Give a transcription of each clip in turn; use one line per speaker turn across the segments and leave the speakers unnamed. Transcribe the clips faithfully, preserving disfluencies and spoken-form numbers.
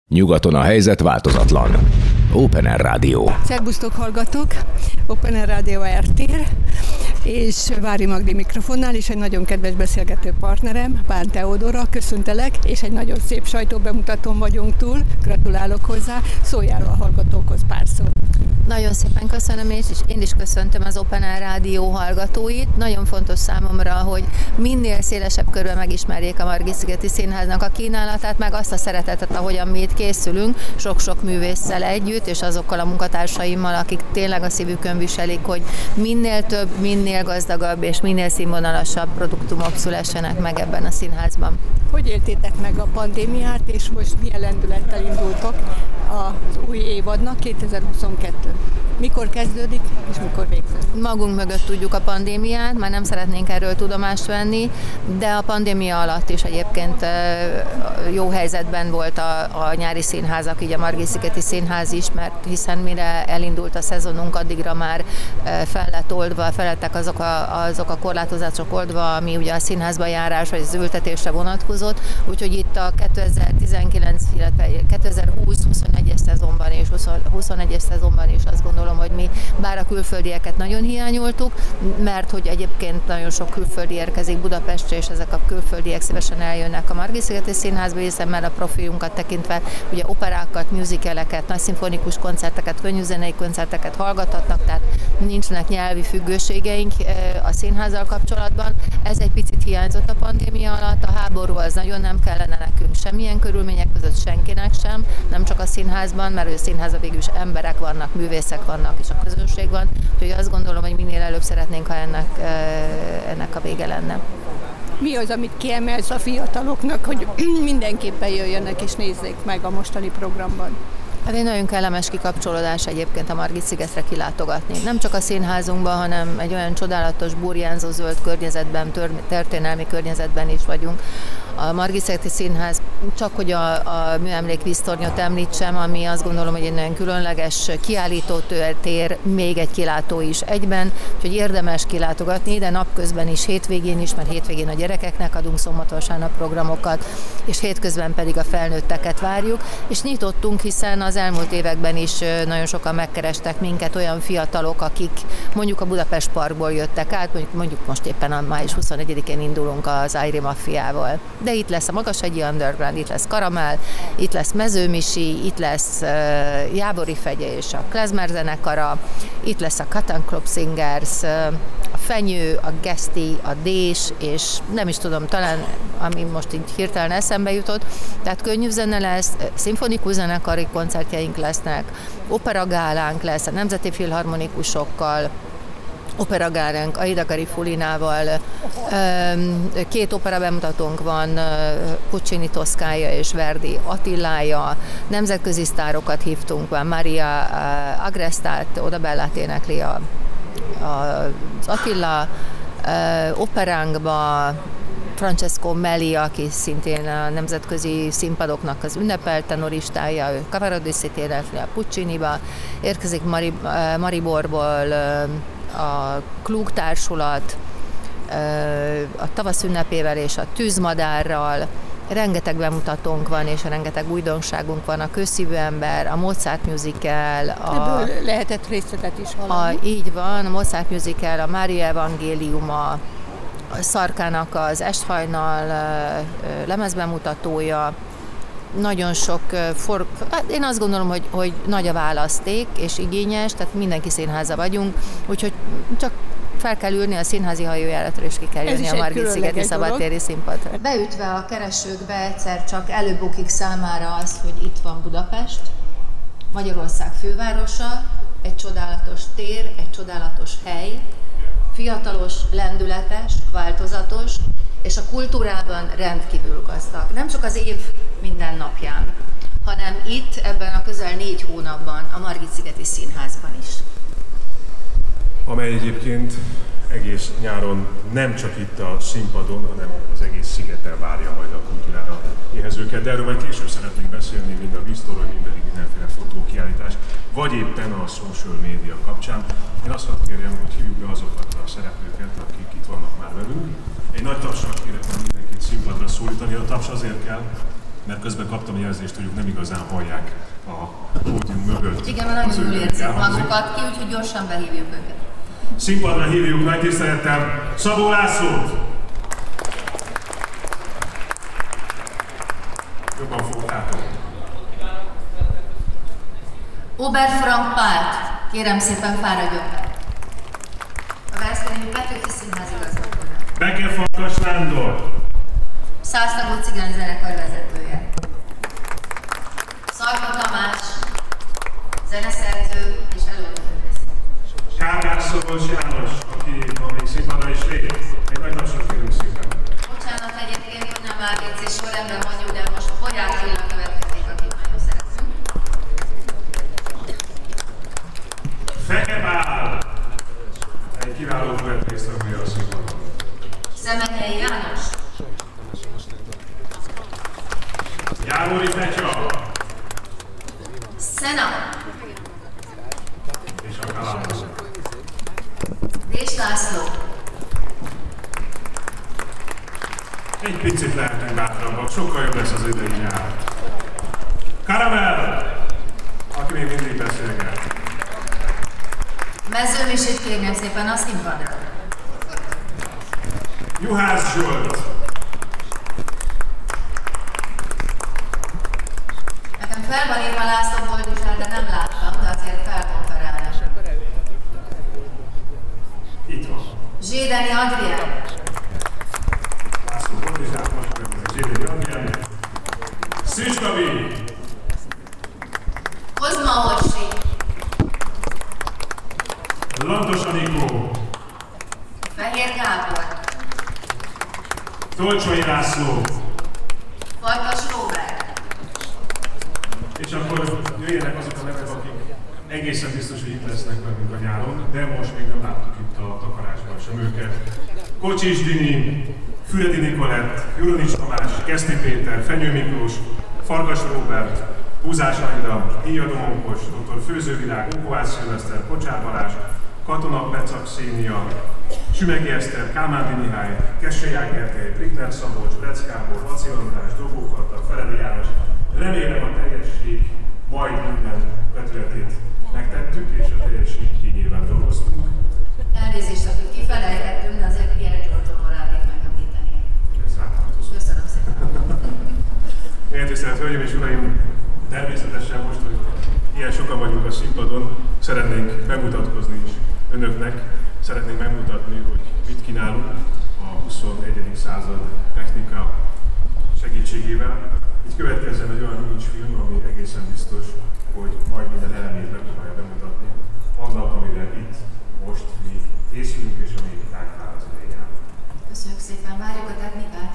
Nyugaton a helyzet változatlan. Open Air Rádió.
Szerbusztok hallgatók, Open Air Rádió er tér, és Vári Magdi mikrofonnál, és egy nagyon kedves beszélgető partnerem, Bán Teodóra, köszöntelek, és egy nagyon szép sajtóbemutatón vagyunk túl, gratulálok hozzá, szóljál a hallgatókhoz pár szót.
Nagyon szépen köszönöm, és én is köszöntöm az Open Air Rádió hallgatóit. Nagyon fontos számomra, hogy minél szélesebb körben megismerjék a Margit-szigeti Színháznak a kínálatát, meg azt a szeretetet, ahogyan mi itt készülünk, sok-sok művésszel együtt, és azokkal a munkatársaimmal, akik tényleg a szívükön viselik, hogy minél több, minél gazdagabb és minél színvonalasabb produktumok szülessenek meg ebben a színházban.
Hogy éltétek meg a pandémiát, és most milyen lendülettel indultok az új évadnak, kétezer-huszonkettő? Mikor kezdődik, és mikor végződik?
Magunk mögött tudjuk a pandémiát, már nem szeretnénk erről tudomást venni, de a pandémia alatt is egyébként jó helyzetben volt a, a nyári színházak, így a Margit-szigeti Színház is, mert hiszen mire elindult a szezonunk, addigra már fel lett oldva, fel lettek azok a, azok a korlátozások oldva, ami ugye a színházba járás, vagy az ültetésre vonatkozott, úgyhogy itt a kétezer-tizenkilenc, illetve kétezer-húsz-huszonegyes szezonban és huszonegyes szezonban is azt gondolom, hogy mi bár a külföldieket nagyon hiányoltuk, mert hogy egyébként nagyon sok külföldi érkezik Budapestre, és ezek a külföldiek szívesen eljönnek a Margit-szigeti Színházba, hiszen már a profilunkat tekintve ugye operákat, musicaleket, nagy szimfonikus koncerteket, könnyűzenei koncerteket hallgathatnak, tehát nincsenek nyelvi függőségeink a színházzal kapcsolatban. Ez egy picit hiányzott a pandémia alatt, a háború az nagyon nem kellene nekünk semmilyen körülmények között senkinek sem, nem csak a színházban, mert a színházban végül is emberek vannak, művészek vannak, és a közönség van, úgyhogy azt gondolom, hogy minél előbb szeretnénk, ha ennek, ennek a vége lenne.
Mi az, amit kiemelsz a fiataloknak, hogy mindenképpen jöjjenek és nézzék meg a mostani programban?
Hát egy nagyon kellemes kikapcsolódás egyébként a Margit-szigetre kilátogatni. Nem csak a színházunkban, hanem egy olyan csodálatos, burjánzó zöld környezetben, történelmi környezetben is vagyunk. A Margit-szigeti Színház, csak hogy a, a műemlékvíztornyot említsem, ami azt gondolom, hogy egy nagyon különleges kiállítótér, még egy kilátó is egyben, úgyhogy érdemes kilátogatni, de napközben is, hétvégén is, mert hétvégén a gyerekeknek adunk szombat-vasárnap programokat, és hétközben pedig a felnőtteket várjuk, és nyitottunk, hiszen az elmúlt években is nagyon sokan megkerestek minket, olyan fiatalok, akik mondjuk a Budapest Parkból jöttek át, mondjuk, mondjuk most éppen a május huszonegyedikén indulunk az Airi Maffiával. De itt lesz a Magashegyi Underground, itt lesz Karamell, itt lesz Mezőmisi, itt lesz uh, Jábori Fegye és a Klezmer zenekara, itt lesz a Cotton Club Singers, uh, a Fenyő, a Geszti, a Dés, és nem is tudom, talán ami most így hirtelen eszembe jutott, tehát könnyű zene lesz, szimfonikus zenekari koncertjeink lesznek, operagálánk lesz a Nemzeti Filharmonikusokkal, operagáránk Aida Garifulinával, két opera bemutatónk van, Puccini Toszkája és Verdi Attilája, nemzetközi sztárokat hívtunk, van Maria Agrestát, Oda Bellát énekli a, a, az Attila, operánkba Francesco Melli, aki szintén a nemzetközi színpadoknak az ünnepelt tenoristája, ő Cavaradossit énekli a Pucciniba, érkezik Mari, Mariborból a Klug társulat, a tavasz ünnepével és a tűzmadárral, rengeteg bemutatónk van, és rengeteg újdonságunk van, a Közszívű ember, a Mozart musical. A,
Ebből lehetett részletet is hallani.
A, így van, a Mozart musical, a Mária evangéliuma, a Szarkának az Esthajnal lemezbemutatója, nagyon sok, for, hát én azt gondolom, hogy, hogy nagy a választék és igényes, tehát mindenki színháza vagyunk, úgyhogy csak fel kell ülni a színházi hajójáratra, és ki kell jönni a Margit-szigeti szabadtéri színpadra. Beütve a keresőkbe egyszer csak előbukik számára az, hogy itt van Budapest, Magyarország fővárosa, egy csodálatos tér, egy csodálatos hely, fiatalos, lendületes, változatos, és a kultúrában rendkívül gazdag. Nem csak az év minden napján, hanem itt, ebben a közel négy hónapban, a Margit-szigeti Színházban is.
Amely egyébként egész nyáron nem csak itt a színpadon, hanem az egész szigeten várja majd a kultúrára éhezőket. De erről majd később szeretnénk beszélni, mind a víztorony, mind pedig mindenféle fotókiállítás, vagy éppen a social media kapcsán. Én azt hadd kérjem, hogy hívjuk be azokat a szereplőket, akik itt vannak már velünk. Egy nagy tapsal kérek mindenkit színpadra szólítani. A taps azért kell, mert közben kaptam jelzést, hogy ők nem igazán hallják a pódium mögött.
Igen, mert nagyon jól érzik magukat ki, úgyhogy gyorsan behívjuk őket.
Színpadra hívjuk nagy tisztelettel Szabó Lászlót! Jobban fogtátok.
Ober Frank Pált, kérem szépen fáradjon be. A Veszprémi Petőfi Színház igazgatója.
Becker Farkas Nándor.
Száztagú cigányzenekar vezetője. Szarka Tamás, zeneszerző és előadóművész.
Kárgás Szobocs János, aki ma még színpadra is lép. Egy nagy tapsot kérünk szépen.
Bocsánat egyébként, hogy nem á bé cé sorrendben mondjuk, de most Bogyár Attila következik, akit nagyon szeretünk.
Feke Pál, egy kiváló követrésztagolja a színpadon.
Szemenyei János.
Jávori Fetya.
Szena.
És a Kalapó.
Rés László.
Egy picit lehetünk bátrabbak, sokkal jobb lesz az idei nyár. Karamell, aki még mindig beszélget.
Mezőmisét kérném szépen a színpadra.
Juhász Zsolt.
Nekem fel van írva László Boldizsár, de nem láttam, de azért felkonferálás.
Itt van.
Zsédeni Adrián.
László Boldizsár, most következik Zsédeni Adrián. Szűcs Gabi.
Kozma Orsi.
Lantos Anikó.
Fehér Gábor.
Tolcsai László.
Farkas Róbert.
És akkor jöjjenek azok a nevek, akik egészen biztos, hogy itt lesznek velünk a nyáron, de most még nem láttuk itt a takarásban sem őket. Kocsis Dini, Füredi Nikolett, Juronics Tamás, Keszti Péter, Fenyő Miklós, Farkas Róbert, Húzás Ajda, Híjadó Mókos, doktor Főzővilág, Ókovács Szilveszter, Kocsár Balázs, Katona Peca Xénia, Sümegi Eszter, Kálmándi Mihály, Kessely Ágergely, Prickner Szabolcs, Brecz Gábor, Laci András, Dobó Kata, Feledi János. Remélem a teljesség majd minden vetületét megtettük, és a teljesség kényében dolgoztunk.
Elnézést, akit kifelejtettünk, de azért Pierre Giorgio Morávét megemlíteni.
Ez rátartozó.
Köszönöm szépen.
Milyen tisztelt Hölgyeim és Uraim, természetesen most, hogy ilyen sokan vagyunk a színpadon, szeretnénk bemutatkozni is önöknek, szeretnénk megmutatni, hogy mit kínálunk a huszonegyedik század technika segítségével. Így következzen egy olyan nincs film, ami egészen biztos, hogy majd minden elemét megpróbálja bemutatni annak, amire itt most mi készülünk és ami ránk vár az idején.
Köszönjük szépen, várjuk a technikát.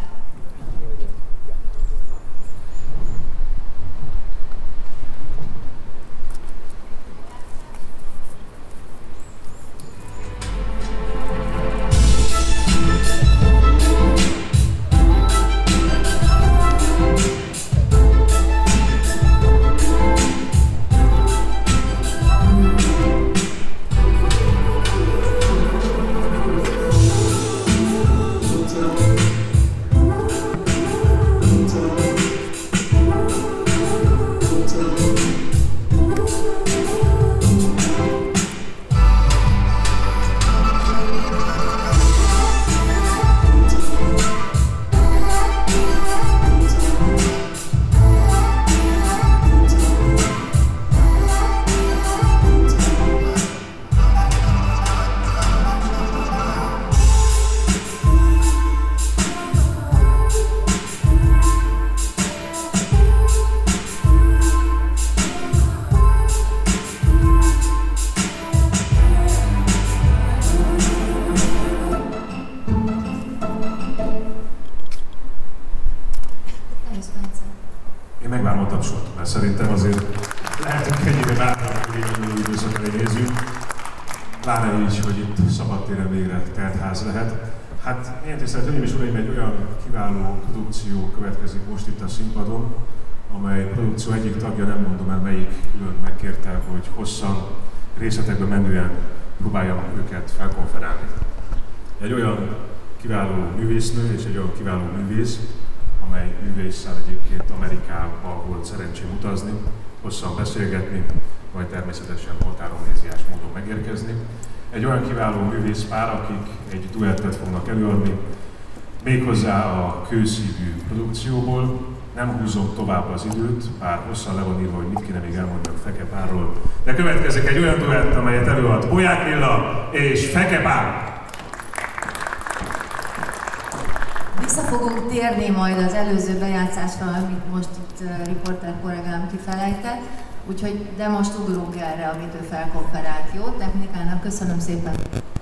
Szerintem azért lehetünk ennyire bátran, hogy így a időszak elé nézzünk. Pláne így, hogy itt szabadtéren végre teltház lehet. Hát ilyen tisztelt Hölgyeim és Uraim, egy olyan kiváló produkció következik most itt a színpadon, amely produkció egyik tagja, nem mondom el melyik, külön megkérte, hogy hosszan, részletekben menően próbáljam őket felkonferálni. Egy olyan kiváló művésznő és egy olyan kiváló művész, amely művésszel egyébként Amerikába volt szerencsém utazni, hosszan beszélgetni, majd természetesen határonéziás módon megérkezni. Egy olyan kiváló művészpár, akik egy duettet fognak előadni, méghozzá a Kőszívű produkcióból. Nem húzom tovább az időt, bár hosszan le van írva, hogy mit kéne még elmondani a Feke Párról. De következik egy olyan duett, amelyet előad Bolyák Lilla és Feke Pár.
Vissza fogunk térni majd az előző bejátszásra, amit most itt uh, riporter kollégám kifelejtett, úgyhogy de most ugrunk erre, amit ő felkonferált. Jó, technikának köszönöm szépen!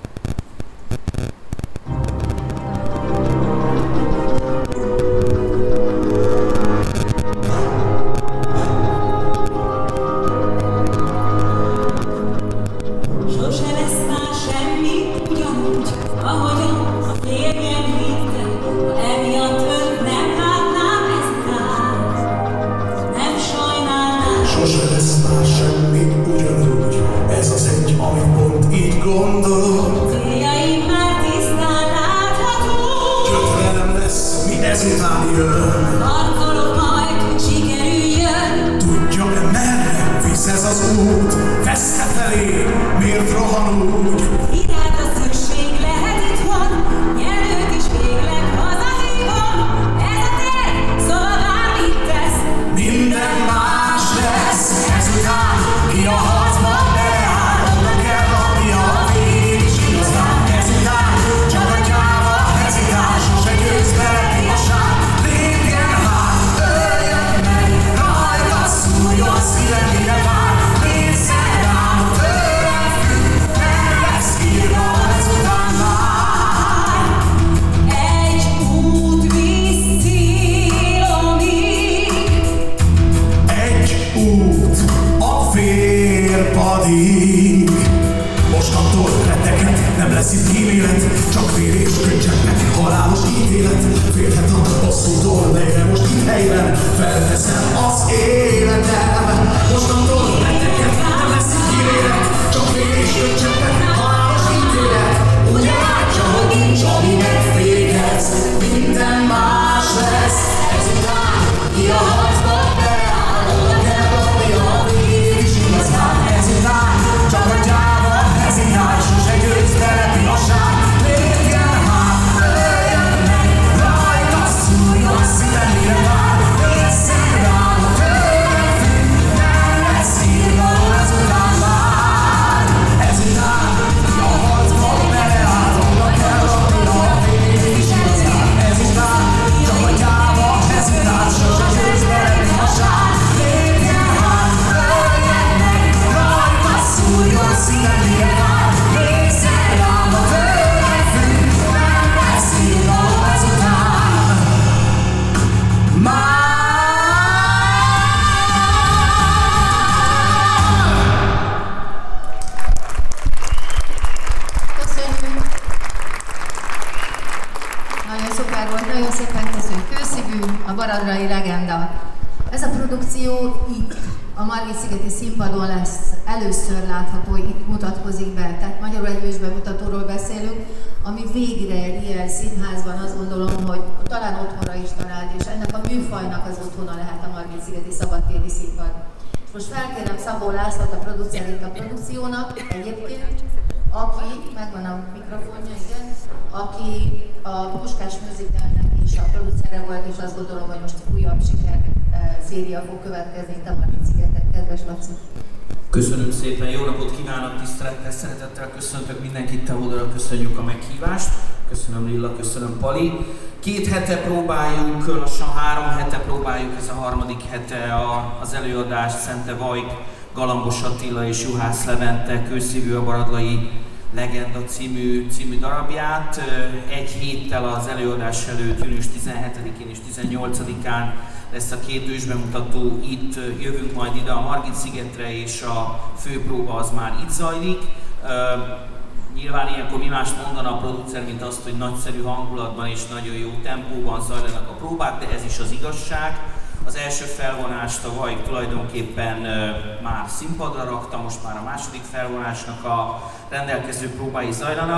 Köszönöm szépen, jó napot kívánok, tisztelettel, szeretettel köszöntök mindenkit, Teodora, köszönjük a meghívást, köszönöm Lilla, köszönöm Pali. Két hete próbáljuk, lassan három hete próbáljuk, ez a harmadik hete az előadást, Szente Vajk, Galambos Attila és Juhász Levente Kőszívű a Baradlai Legenda című, című darabját. Egy héttel az előadás előtt, június tizenhetedikén és tizennyolcadikán lesz a két ősbemutató, itt jövünk majd ide a Margit-szigetre, és a főpróba az már itt zajlik. Uh, nyilván ilyenkor mi mást mondana a producer, mint azt, hogy nagyszerű hangulatban és nagyon jó tempóban zajlanak a próbák, de ez is az igazság. Az első felvonást a Vajk tulajdonképpen uh, már színpadra rakta, most már a második felvonásnak a rendelkező próbái zajlanak.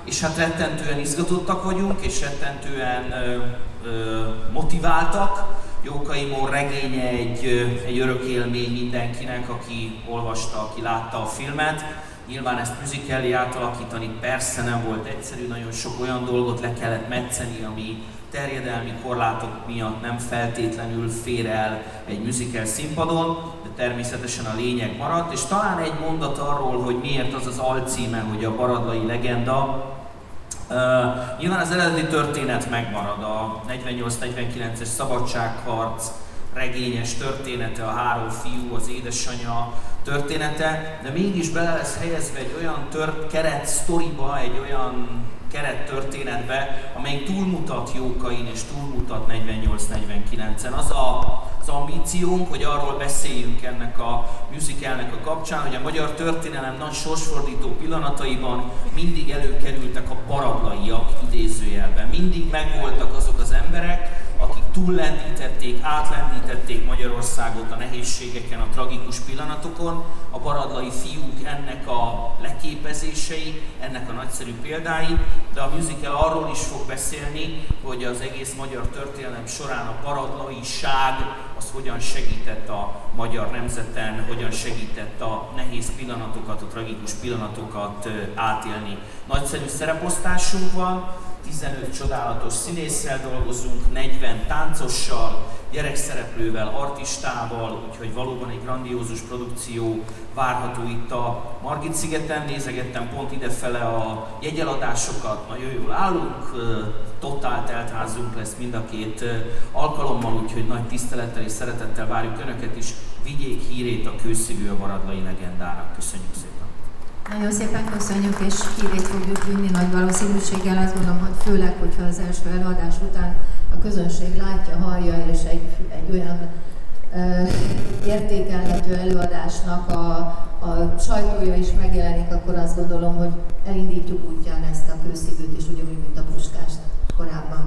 és hát rettentően izgatottak vagyunk, és rettentően ö, ö, motiváltak. Jókai Mór regénye egy, egy örök élmény mindenkinek, aki olvasta, aki látta a filmet. Nyilván ezt musicallé átalakítani persze nem volt egyszerű, nagyon sok olyan dolgot le kellett metszeni, ami terjedelmi korlátok miatt nem feltétlenül fér el egy musical színpadon, de természetesen a lényeg maradt, és talán egy mondat arról, hogy miért az az alcíme, hogy a Baradlai legenda. Uh, nyilván az eredeti történet megmarad, a negyvennyolc negyvenkilences szabadságharc regényes története, a három fiú, az édesanyja története, de mégis bele lesz helyezve egy olyan tört, keret sztoriba, egy olyan keret történetbe, amelyik túlmutat Jókain és túlmutat negyvennyolc negyvenkilencen. Az a, az ambíciónk, hogy arról beszéljünk ennek a musicalnek a kapcsán, hogy a magyar történelem nagy sorsfordító pillanataiban mindig előkerültek a baradlaiak idézőjelben. Mindig megvoltak azok az emberek, akik túllendítették, átlendítették Magyarországot a nehézségeken, a tragikus pillanatokon. A baradlai fiúk ennek a leképezései, ennek a nagyszerű példái, de a musical arról is fog beszélni, hogy az egész magyar történelem során a baradlaiság az hogyan segített a magyar nemzeten, hogyan segített a nehéz pillanatokat, a tragikus pillanatokat átélni. Nagyszerű szereposztásunk van, tizenöt csodálatos színésszel dolgozunk, negyven táncossal, gyerekszereplővel, artistával, úgyhogy valóban egy grandiózus produkció várható itt a Margit-szigeten. Nézegettem pont idefele a jegyeladásokat, nagyon jól állunk, totál teltházunk lesz mind a két alkalommal, úgyhogy nagy tisztelettel és szeretettel várjuk Önöket is, vigyék hírét a kőszívű a Baradlai legendának. Köszönjük szépen!
Nagyon szépen köszönjük, és hírét fogjuk vinni nagy valószínűséggel. Azt gondolom, hogy főleg, hogyha az első előadás után a közönség látja, hallja, és egy, egy olyan uh, értékelhető előadásnak a, a sajtója is megjelenik, akkor azt gondolom, hogy elindítjuk útján ezt a kőszívűt is, ugyanúgy, mint a Puskást korábban.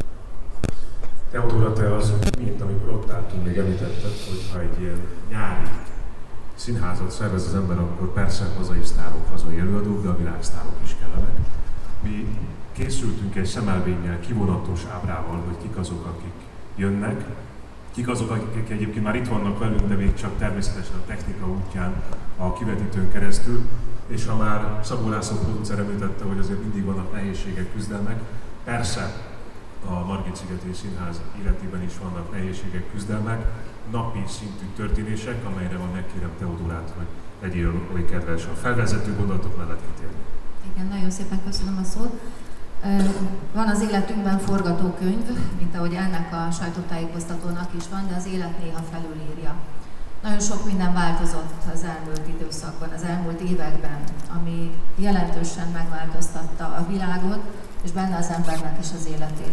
Teodóra, te az, mint amikor ott álltunk, még említetted, hogy ha egy ilyen nyári színházat szervez az ember, akkor persze hazai sztárok, hazai előadók, de a világsztárok is kellenek. Mi készültünk egy szemelvénnyel, kivonatos ábrával, hogy kik azok, akik jönnek, kik azok, akik egyébként már itt vannak velünk, de még csak természetesen a technika útján a kivetítőn keresztül, és ha már Szabó László producer említette, hogy azért mindig vannak nehézségek, küzdelmek, persze a Margit-szigeti Színház életében is vannak nehézségek, küzdelmek, napi szintű történések, amelyre van megkérem Teodórát, hogy legyél oly kedves a felvezető gondolatok mellett kitérni.
Igen, nagyon szépen köszönöm a szót. Van az életünkben forgatókönyv, mint ahogy ennek a sajtótájékoztatónak is van, de az élet néha felülírja. Nagyon sok minden változott az elmúlt időszakban, az elmúlt években, ami jelentősen megváltoztatta a világot, és benne az embernek is az életét.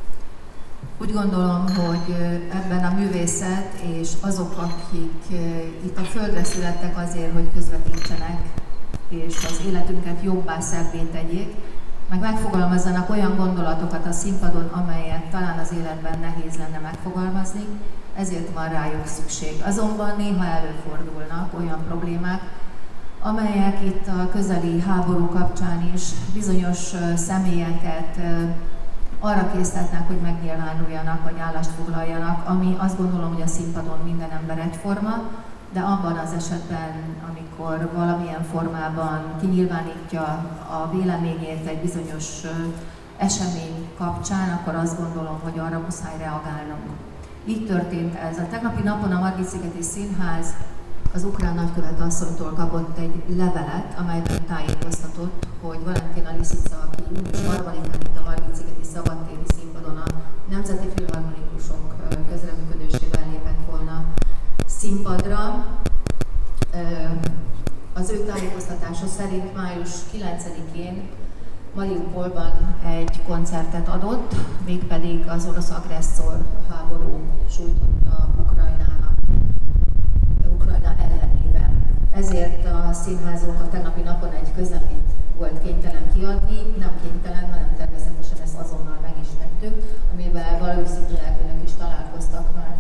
Úgy gondolom, hogy ebben a művészet és azok, akik itt a földre születtek azért, hogy közvetítsenek, és az életünket jobbá, szebbé tegyék, meg megfogalmazzanak olyan gondolatokat a színpadon, amelyet talán az életben nehéz lenne megfogalmazni, ezért van rájuk szükség. Azonban néha előfordulnak olyan problémák, amelyek itt a közeli háború kapcsán is bizonyos személyeket arra késztetnek, hogy megnyilvánuljanak, vagy állást foglaljanak, ami azt gondolom, hogy a színpadon minden ember egyforma, de abban az esetben, amikor valamilyen formában kinyilvánítja a véleményét egy bizonyos esemény kapcsán, akkor azt gondolom, hogy arra muszáj reagálnunk. Így történt ez. A tegnapi napon a Margit-szigeti Színház az ukrán nagykövet asszonytól kapott egy levelet, amelyben tájékoztatott, hogy Valentina Liszica, aki június harmadikán itt a Margit-szigeti szabadtéri színpadon a Nemzeti Filharmonikusok közreműködésével lépett volna színpadra. Az ő tájékoztatása szerint május kilencedikén Mariupolban egy koncertet adott, mégpedig az orosz agresszor háború sújtotta Ukrajnának, Ukrajna ellenében. Ezért a színházunk a tegnapi napon egy közleményt volt kénytelen kiadni, nem kénytelen, hanem természetesen ezt azonnal meg is tettük, amivel valószínűleg önök is találkoztak már.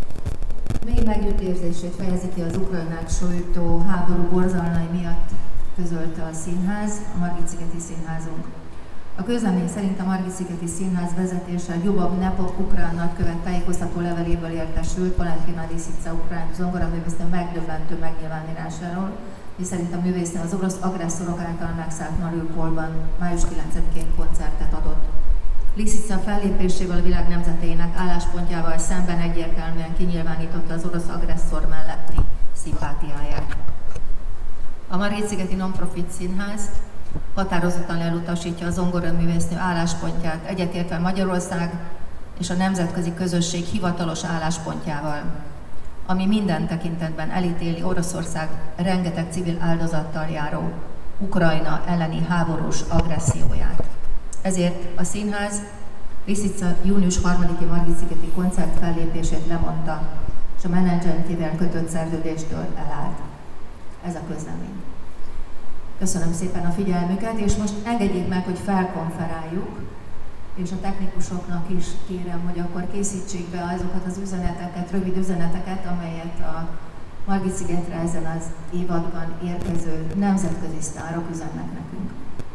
Mély megütérzését fejezi ki az Ukrajnát sújtó háború borzalmai miatt közölte a színház, a Margit-szigeti Színházunk. A közlemény szerint a Margit-szigeti Színház vezetése Ljubov Nepov ukrán nagykövet tájékoztató leveléből értesült Valentina Lisitsa ukrán zongoraművésznő megdöbbentő megnyilvánításáról, miszerint a művésznő az orosz agresszorok által megszállt Mariupolban május kilencedikén koncertet adott. Lisitsa fellépésével a világ nemzeteinek álláspontjával szemben egyértelműen kinyilvánította az orosz agresszor melletti szimpátiáját. A Margit-szigeti Non-Profit Színház határozottan elutasítja a zongoraművésznő álláspontját, egyetértve Magyarország és a nemzetközi közösség hivatalos álláspontjával, ami minden tekintetben elítéli Oroszország rengeteg civil áldozattal járó Ukrajna elleni háborús agresszióját. Ezért a színház Lisitsa június harmadiki Margit-szigeti koncert fellépését lemondta, és a menedzsentével kötött szerződéstől elállt. Ez a közlemény. Köszönöm szépen a figyelmüket, és most engedjék meg, hogy felkonferáljuk, és a technikusoknak is kérem, hogy akkor készítsék be azokat az üzeneteket, rövid üzeneteket, amelyet a Margit-szigetre ezen az évadban érkező nemzetközi sztárok üzennek nekünk.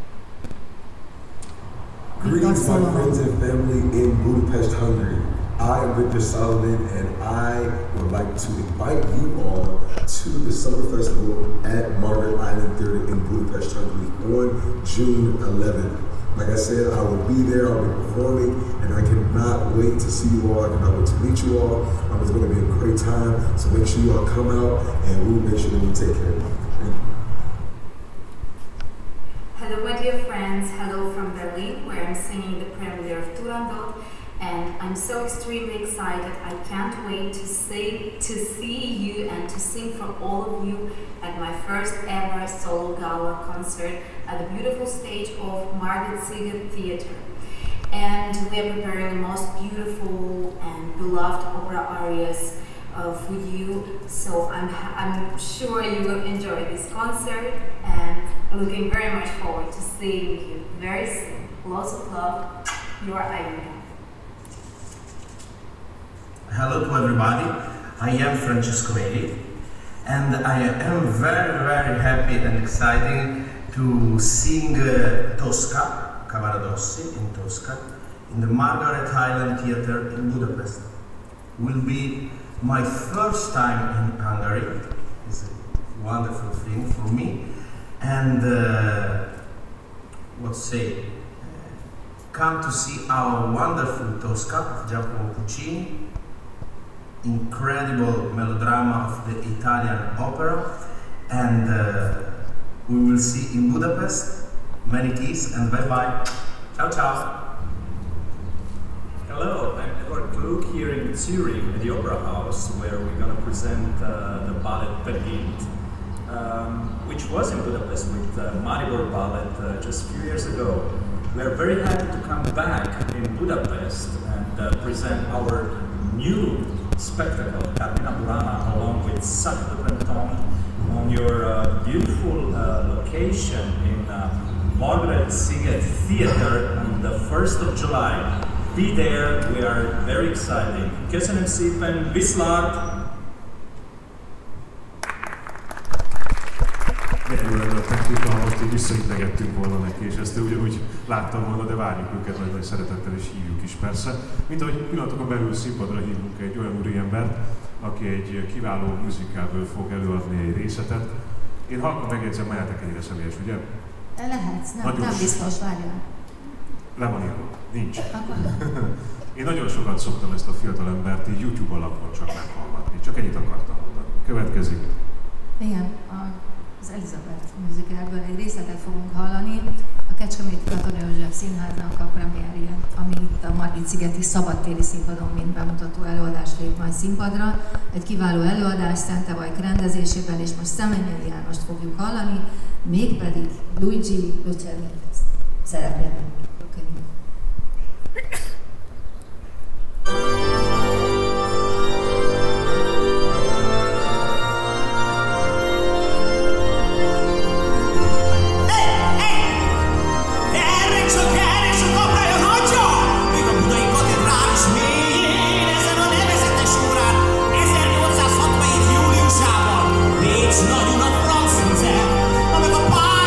Greetings, my friends and family in Budapest, Hungary. I am Victor Solomon, and I would like to invite you all to the Summer Festival at Margaret Island Theatre in Budapest, Hungary on June eleventh. Like I said, I will be there, I'll be performing, and I cannot wait to see you all, I cannot wait to meet you all. Um, it's going to be a great time, so make sure you all come out, and we'll make sure that we take care of you. Thank you.
Hello, my dear friends. Hello from Berlin, where I'm singing the premiere of Turandot, and I'm so extremely excited. I can't wait to see to see you and to sing for all of you at my first ever solo gala concert at the beautiful stage of Margit-Sziget Theatre. And we are preparing the most beautiful and beloved opera arias uh, for you. So I'm I'm sure you will enjoy this concert, and looking very much forward to seeing you very soon. Lots of love, your Aida.
Hello to everybody, I am Francesco Meli, and I am very very happy and excited to sing uh, Tosca, Cavaradossi in Tosca, in the Margaret Island Theatre in Budapest. Will be my first time in Hungary. It's a wonderful thing for me, and uh, what say, come to see our wonderful Tosca of Giacomo Puccini, incredible melodrama of the Italian opera, and uh, we will see in Budapest. Many kiss and bye bye. Ciao ciao.
Hello, I'm Edward Klug here in Zurich at the Opera House, where we're going to present uh, the ballet Peer Gynt, um, which was in Budapest with uh, Maribor Ballet uh, just a few years ago. We are very happy to come back in Budapest and uh, present our new spectacle, Carmina Burana, along with Sacre de Printemps, on your uh, beautiful uh, location in uh, Margit-Sziget Theatre on the first of July. Be there, we are very excited. Köszönöm szépen, viszlát!
Milyen jó lenne a technika, ha most így visszaintegettünk volna neki, és ezt ugyanúgy láttam volna, de várjuk őket nagy-nagy szeretettel, és hívjuk is persze. Mint ahogy pillanatokon belül színpadra hívunk egy olyan úriembert, aki egy kiváló musicalből fog előadni egy részletet. Én halkan megjegyzem, Májátek ennyire személyes, ugye?
Lehetsz, nem,
Nagyon
nem biztos, várjál.
Le van írva, nincs. Én nagyon sokat szoktam ezt a fiatalembert így YouTube alapon csak meghallgatni, csak ennyit akartam mondani. Következik.
Igen, az Elizabeth musicalből egy részletet fogunk hallani. A Kecskeméti Katona József Színháznak a premierje, ami itt a Margit-szigeti szabadtéri színpadon mint bemutató előadás lép majd színpadra. Egy kiváló előadás Szente Vajk rendezésében, és most Szemenyei Jánost fogjuk hallani, mégpedig Luigi Luciani szerepében.
Nagyon a francia, amelyik a pár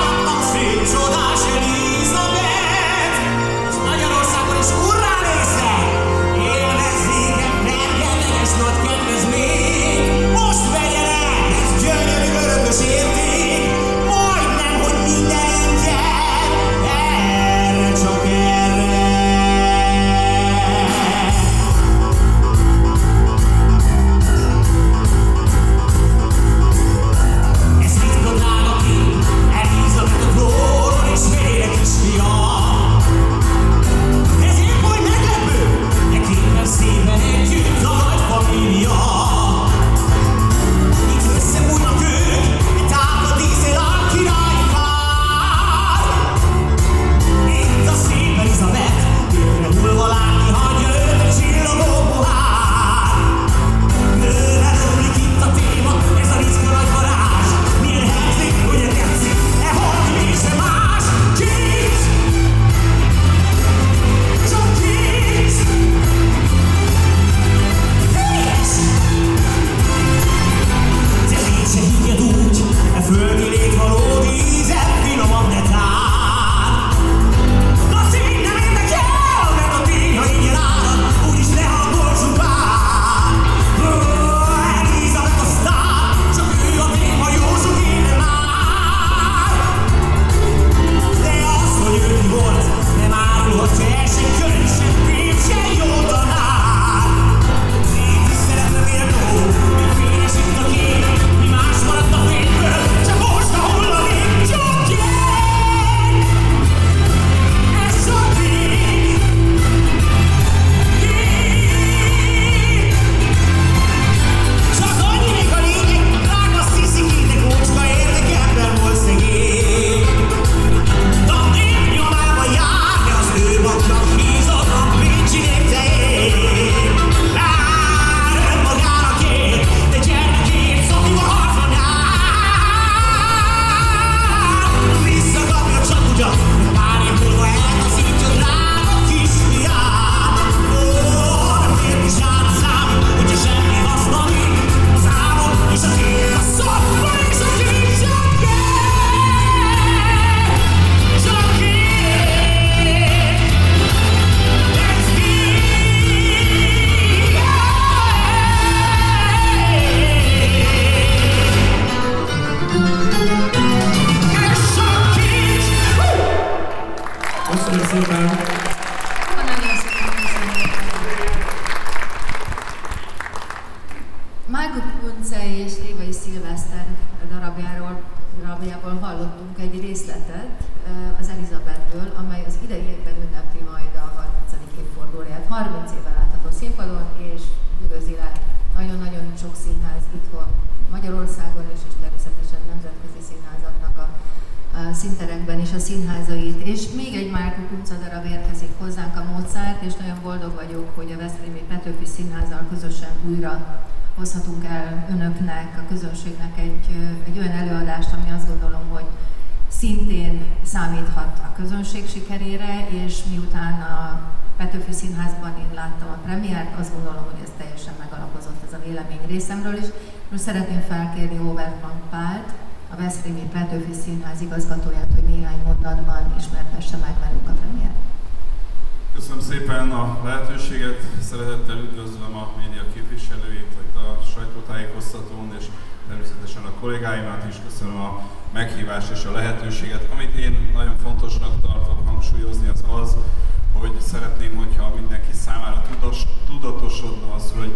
és Szilveszter darabjáról, darabjából hallottunk egy részletet az Elizabethből, amely az idei évben ünnepli majd a harmincadik évfordulóját. harminc éve látható színpadon, és üdvözlileg nagyon-nagyon sok színház itthon Magyarországon is, és természetesen nemzetközi színházaknak a, a színterekben is a színházait. És még egy Márk Kukunca darab érkezik hozzánk, a Mozart, és nagyon boldog vagyok, hogy a Veszprémi Petőfi Színházzal közösen újra hozhatunk el önöknek, a közönségnek egy, egy olyan előadást, ami azt gondolom, hogy szintén számíthat a közönség sikerére, és miután a Petőfi Színházban én láttam a premiért, azt gondolom, hogy ez teljesen megalapozott ez a vélemény részemről is. Most szeretném felkérni Overman Pált, a Veszprémi Petőfi Színház igazgatóját, hogy néhány mondatban ismertesse meg velünk a premiért.
Köszönöm szépen a lehetőséget, szeretettel üdvözlöm a média képviselőit itt a sajtótájékoztatón, és természetesen a kollégáimat is köszönöm a meghívást és a lehetőséget. Amit én nagyon fontosnak tartok hangsúlyozni, az az, hogy szeretném, hogyha mindenki számára tudos, tudatosodna az, hogy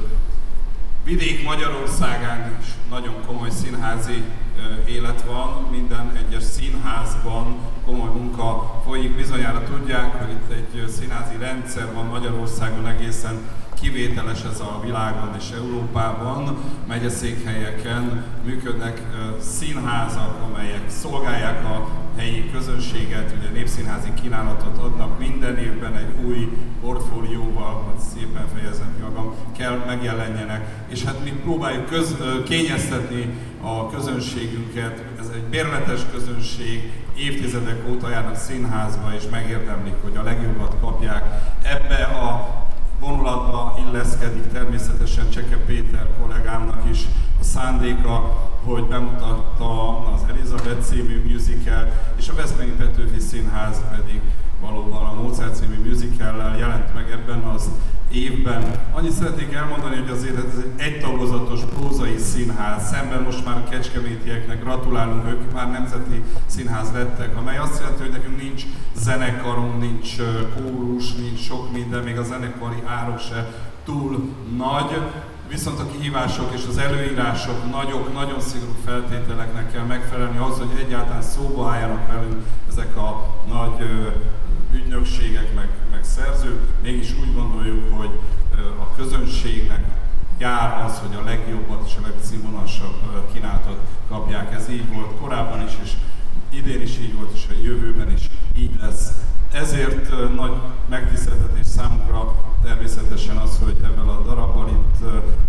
vidék Magyarországán is nagyon komoly színházi élet van, minden egyes színházban komoly munka folyik. Bizonyára tudják, hogy itt egy színházi rendszer van Magyarországon, egészen kivételes ez a világon és Európában. Megyeszékhelyeken működnek színházak, amelyek szolgálják a helyi közönséget, ugye népszínházi kínálatot adnak, minden évben egy új portfólióval, hogy szépen fejezem ki magam, kell megjelenjenek, és hát mi próbáljuk köz, kényeztetni a közönségünket, ez egy bérletes közönség, évtizedek óta járnak színházba, és megérdemlik, hogy a legjobbat kapják. Ebbe a vonulatba illeszkedik természetesen Cseke Péter kollégámnak is a szándéka, hogy bemutatta az Elizabeth című musical, és a Veszprémi Petőfi Színház pedig valóban a Mozart című musicallel jelent meg ebben az évben. Annyit szeretnék elmondani, hogy azért ez egy egytagozatos prózai színház, szemben most már a kecskemétieknek gratulálunk, ők már nemzeti színház lettek, amely azt jelenti, hogy nekünk nincs zenekarunk, nincs kórus, nincs sok minden, még a zenekari árok se túl nagy, viszont a kihívások és az előírások nagyok, nagyon szigorú feltételeknek kell megfelelni ahhoz, hogy egyáltalán szóba álljanak velünk ezek a nagy ügynökségek, meg, meg szerzők. Mégis úgy gondoljuk, hogy a közönségnek jár az, hogy a legjobbat és a legszínvonalasabb kínálatot kapják. Ez így volt korábban is, és idén is így volt, és a jövőben is így lesz. Ezért nagy megtiszteltetés számunkra természetesen az, hogy ebben a darabbal itt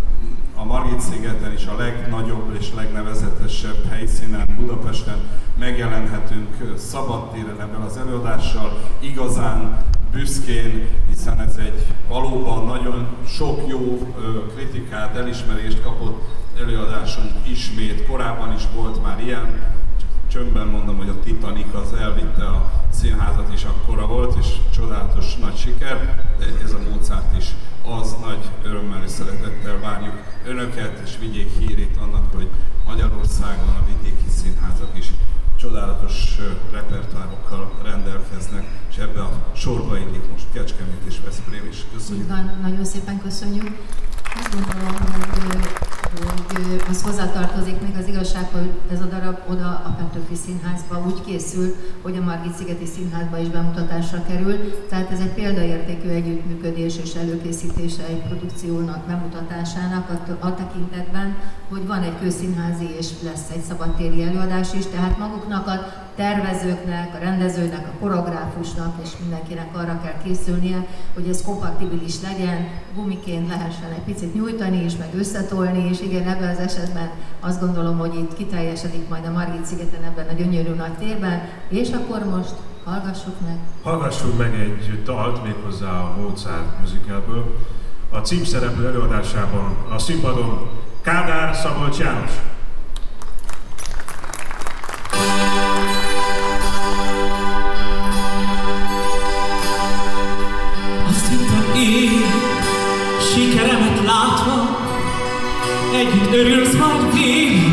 a Margit-szigeten is a legnagyobb és legnevezetesebb helyszínen, Budapesten megjelenhetünk szabadtéren ebben az előadással, igazán büszkén, hiszen ez egy valóban nagyon sok jó kritikát, elismerést kapott előadásunk ismét. Korábban is volt már ilyen, csöndben mondom, hogy a Titanic az elvitte a színházat is akkora volt, és csodálatos nagy siker, de ez a Mozart is az. Nagy örömmel és szeretettel várjuk önöket, és vigyék hírét annak, hogy Magyarországon a vidéki színházak is csodálatos repertoárokkal rendelkeznek, és ebbe a sorba illik most Kecskemét és Veszprém is. Köszönjük.
Így van, nagyon szépen köszönjük. Azt gondolom, hogy, hogy az hozzátartozik még az igazság, hogy ez a darab oda a Petőfi Színházba úgy készül, hogy a Margit-szigeti Színházba is bemutatásra kerül. Tehát ez egy példaértékű együttműködés és előkészítése egy produkciónak, bemutatásának a, a tekintetben, hogy van egy közszínházi és lesz egy szabadtéri előadás is, tehát maguknak a tervezőknek, a rendezőnek, a koreográfusnak és mindenkinek arra kell készülnie, hogy ez kompatibilis legyen, gumiként lehessen egy picit nyújtani és meg összetolni, és igen, ebben az esetben azt gondolom, hogy itt kiteljesedik majd a Margit-szigeten ebben a gyönyörű nagy térben, és akkor most hallgassuk meg.
Hallgassuk meg egy dalt, méghozzá a Mozart musicalből. A címszereplő előadásában a színpadon Kádár Szabolcs János.
Azt hittem én, sikeremet látva, együtt örülsz majd végig,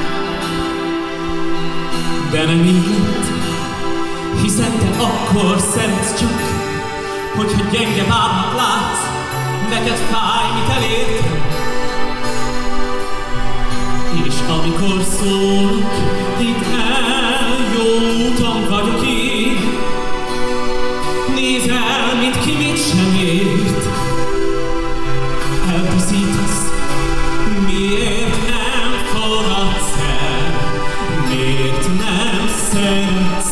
de nem így lett, hiszen te akkor szeretsz csak, hogyha gyenge bármat látsz, neked fáj, mit elértem. És ami amikor szólok, hidd el, jó úton vagyok én. Nézd el, mint ki mit sem ért. Elpuszítasz, miért nem fogadsz el? Miért nem szeretsz?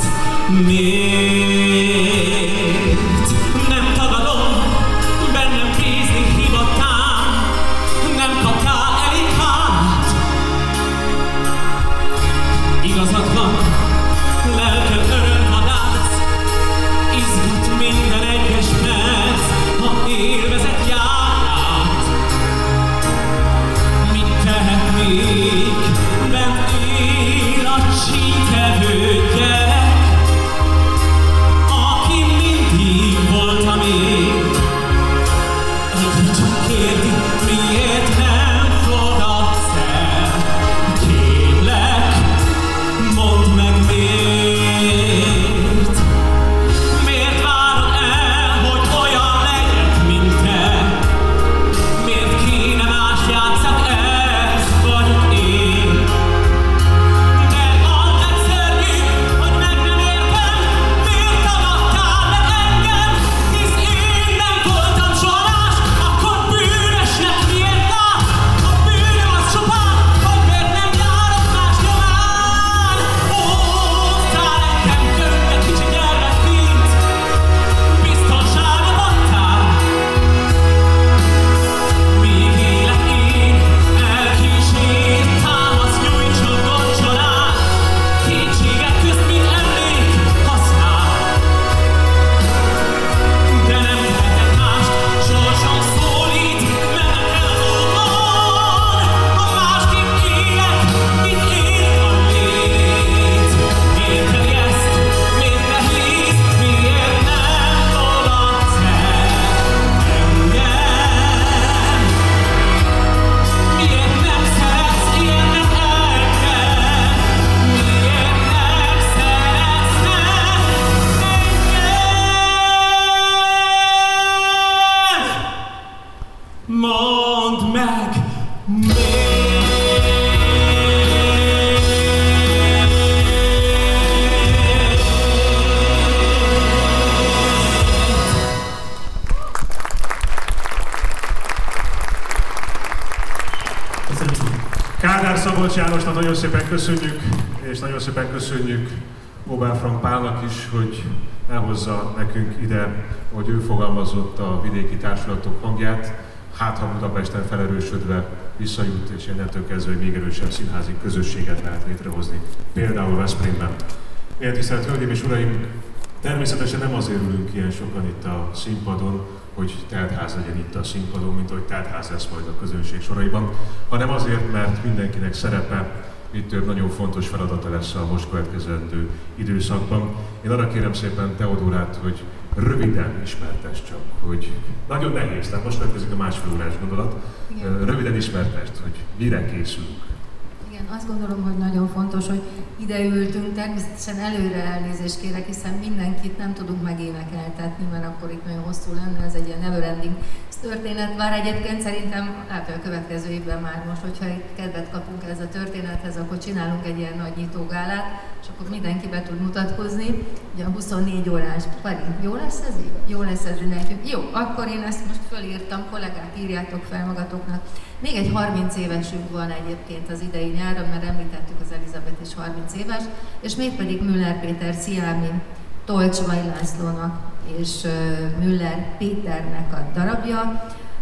Miért? Nem tagadom, bennem bízni hivatám. Nem kaptál elég hálát. Igazad van, lelkem örömvadász. Izgat minden egyes perc, ha élvezet járát. Mit tehetnék, bent él a csíntevő gyerek, aki mindig voltam én. Egyre csak kérdi, miért nem fogadsz el? Kérlek, mondd meg miért. Miért várod el, hogy olyan legyek, mint te? Miért kéne más játszak, ez vagyok én? De mondd meg szörnyű, hogy meg nem értem, miért tagadtál meg engem? Hisz én nem voltam soha más, akkor bűnösnek miért látsz? A bűnöm az csupán, hogy miért nem járok más nyomán. Hoztál nekem körülbelül kicsi gyermekként, biztonságot adtál. Míg élek én, elkísért, támasz, nyújtson, gondjon át. Kétségek közt, mint emlék, használ. De nem tehetek mást, sorsom szólít, mennem kell az úton. Ha másképp élek, mit ér a lét? Miért terjeszt, miért nehéz, miért nem fogadsz el engem? Miért nem szeretsz ilyennek engem? Miért nem szeretsz engem? Mondd meg
Kádár Szabolcs Jánosnak nagyon szépen köszönjük, és nagyon szépen köszönjük Oberfrank Pálnak is, hogy elhozza nekünk ide, hogy ő fogalmazott a vidéki társulatok hangját. Hát, ha Budapesten felerősödve visszajut, és innentől kezdve még erősebb színházi közösséget lehet létrehozni, például Veszprémben. Milyen tisztelt Hölgyeim és Uraim, természetesen nem azért ülünk ilyen sokan itt a színpadon, hogy teltház legyen itt a színpadon, mint hogy teltház lesz majd a közönség soraiban, hanem azért, mert mindenkinek szerepe, mit több nagyon fontos feladata lesz a most következendő időszakban. Én arra kérem szépen Teodórát, hogy röviden ismertesd csak, hogy nagyon nehéz, tehát most következik a másfél órás gondolat.
Igen.
Röviden ismertesd, hogy mire készülünk.
Igen, azt gondolom, hogy nagyon fontos, hogy ide ültünk, természetesen előre elnézést kérek, hiszen mindenkit nem tudunk megénekeltetni, mert akkor itt nagyon hosszú lenne, ez egy ilyen neverending történet. Bár egyébként szerintem lehet, hogy a következő évben már most, hogyha egy kedvet kapunk ez a történethez, akkor csinálunk egy ilyen nagy nyitógálát, és akkor mindenki be tud mutatkozni. Ugye a huszonnégy órás, Pali, jó lesz ez így? Jó lesz ez nekünk. Jó, akkor én ezt most fölírtam, kollégák, írjátok fel magatoknak. Még egy harminc évesünk van egyébként az idei nyáron, mert említettük az Elizabeth is harminc éves, és mégpedig Müller Péter Sziámi, Tolcsvai Lászlónak és uh, Müller Péternek a darabja,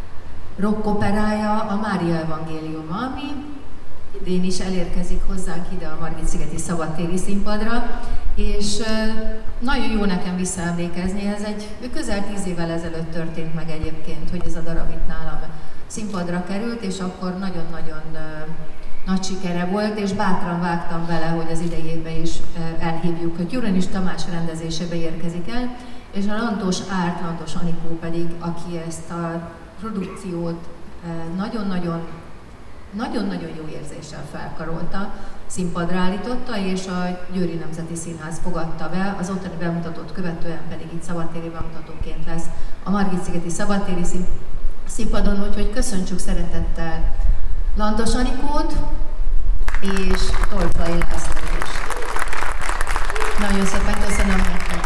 rockoperája, a Mária Evangéliuma, ami idén is elérkezik hozzánk ide a Margit-szigeti szabadtéri színpadra, és uh, nagyon jó nekem visszaemlékezni, ez egy közel tíz évvel ezelőtt történt meg egyébként, hogy ez a darab itt nálam színpadra került, és akkor nagyon-nagyon uh, nagy sikere volt, és bátran vágtam vele, hogy az idei évben is uh, elhívjuk, hogy Gyuranis Tamás rendezésébe érkezik el, és a Lantos Árt, Lantos Anikó pedig, aki ezt a produkciót uh, nagyon-nagyon nagyon-nagyon jó érzéssel felkarolta, színpadra állította, és a Győri Nemzeti Színház fogadta be, az ottani bemutatót követően pedig itt szabadtéri bemutatóként lesz a Margit-szigeti szabadtéri színpadon, úgyhogy köszöntsük szeretettel Lantos Anikót, és Tolfai László is. Nagyon szépen köszönöm nektek.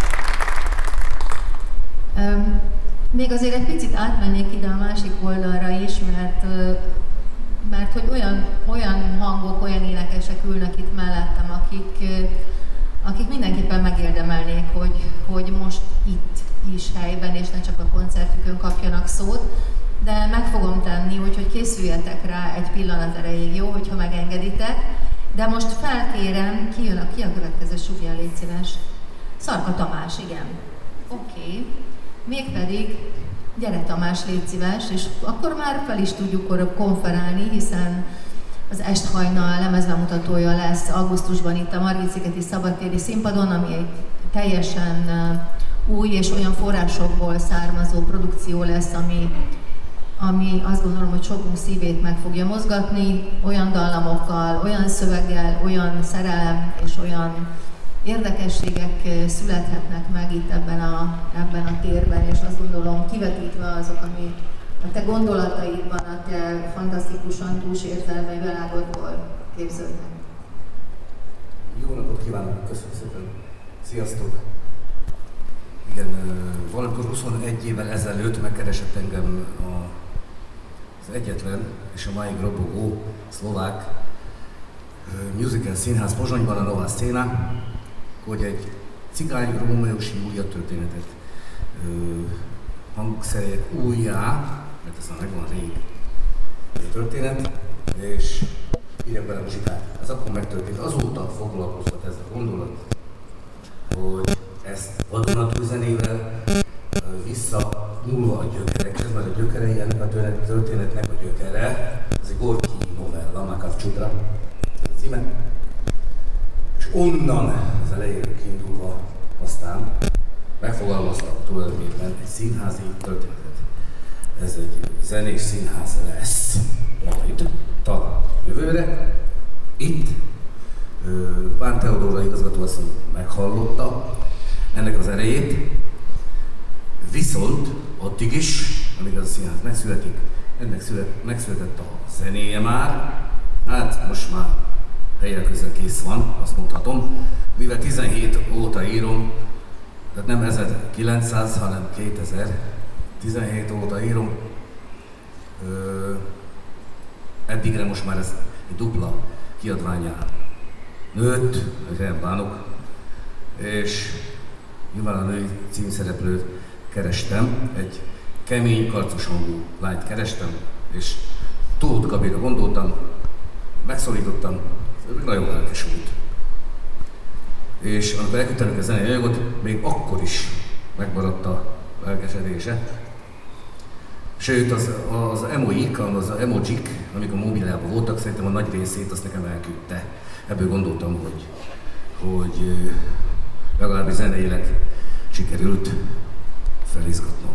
Um, még azért egy picit átmennék ide a másik oldalra is, mert, mert hogy olyan, olyan hangok, olyan énekesek ülnek itt mellettem, akik, akik mindenképpen megérdemelnék, hogy, hogy most itt is helyben, és ne csak a koncertükön kapjanak szót, de meg fogom tenni, úgyhogy készüljetek rá egy pillanat erejéig, jó, hogyha megengeditek. De most felkérem, ki jön a, ki a következő súlyjal, légy szíves? Szarka Tamás, igen. Oké. Okay. Mégpedig, gyere Tamás, légy szíves, és akkor már fel is tudjuk konferálni, hiszen az Esthajnal lemezbemutatója lesz augusztusban itt a Margit-szigeti Szabadtéri Színpadon, ami egy teljesen új és olyan forrásokból származó produkció lesz, ami, ami azt gondolom, hogy sokunk szívét meg fogja mozgatni, olyan dallamokkal, olyan szöveggel, olyan szerelem és olyan érdekességek születhetnek meg itt ebben a, ebben a térben, és azt gondolom kivetítve azok, ami a te gondolataidban, a te fantasztikusan dús érzelmei világodból képződnek.
Jó napot kívánok, köszönöm szépen! Sziasztok! Igen, valamikor huszonegy évvel ezelőtt megkeresett engem a, az egyetlen és a máig robogó szlovák musical színház Pozsonyban, a Nová Scéna, hogy egy cigány Rómeó és Júlia történetet hangszerjek újjá, mert ez már megvan rég a történet, és írjak bele muzsikát. Ez akkor megtörtént. Azóta foglalkoztat ez a gondolat, hogy ezt vadonatúj zenével visszanyúlva a gyökerekhez, mert a gyökerei ennek a történetnek a gyökere, ez egy Gorki novella, Makav Csudra címe. És onnan az elejéről kiindulva aztán megfogalmaztam tulajdonképpen egy színházi történetet. Ez egy zenés színház lesz majd, talán jövőre. Itt Bán Teodóra igazgatóasszony meghallotta ennek az erejét, viszont addig is, amíg az a színház megszületik, ennek szület, megszületett a zenéje már, hát most már helyre közel kész van, azt mondhatom, mivel tizenhét óta írom, tehát nem ezerkilencszáz, hanem kétezer-tizenhét óta írom, Ö, eddigre most már ez egy dupla kiadványá nőtt, hogy nem bánok, és nyilván a női címszereplőt kerestem, egy kemény, karcos hangú lányt kerestem, és Tóth Gabira gondoltam, megszólítottam, nagyon lelkes volt. És amikor elküldtem a zenei anyagot, még akkor is megmaradt a lelkesedése. Sőt, az, az emoik, az emojik, amik a mobilában voltak, szerintem a nagy részét azt nekem elküldte. Ebből gondoltam, hogy, hogy legalábbis zeneileg sikerült felizgatnom.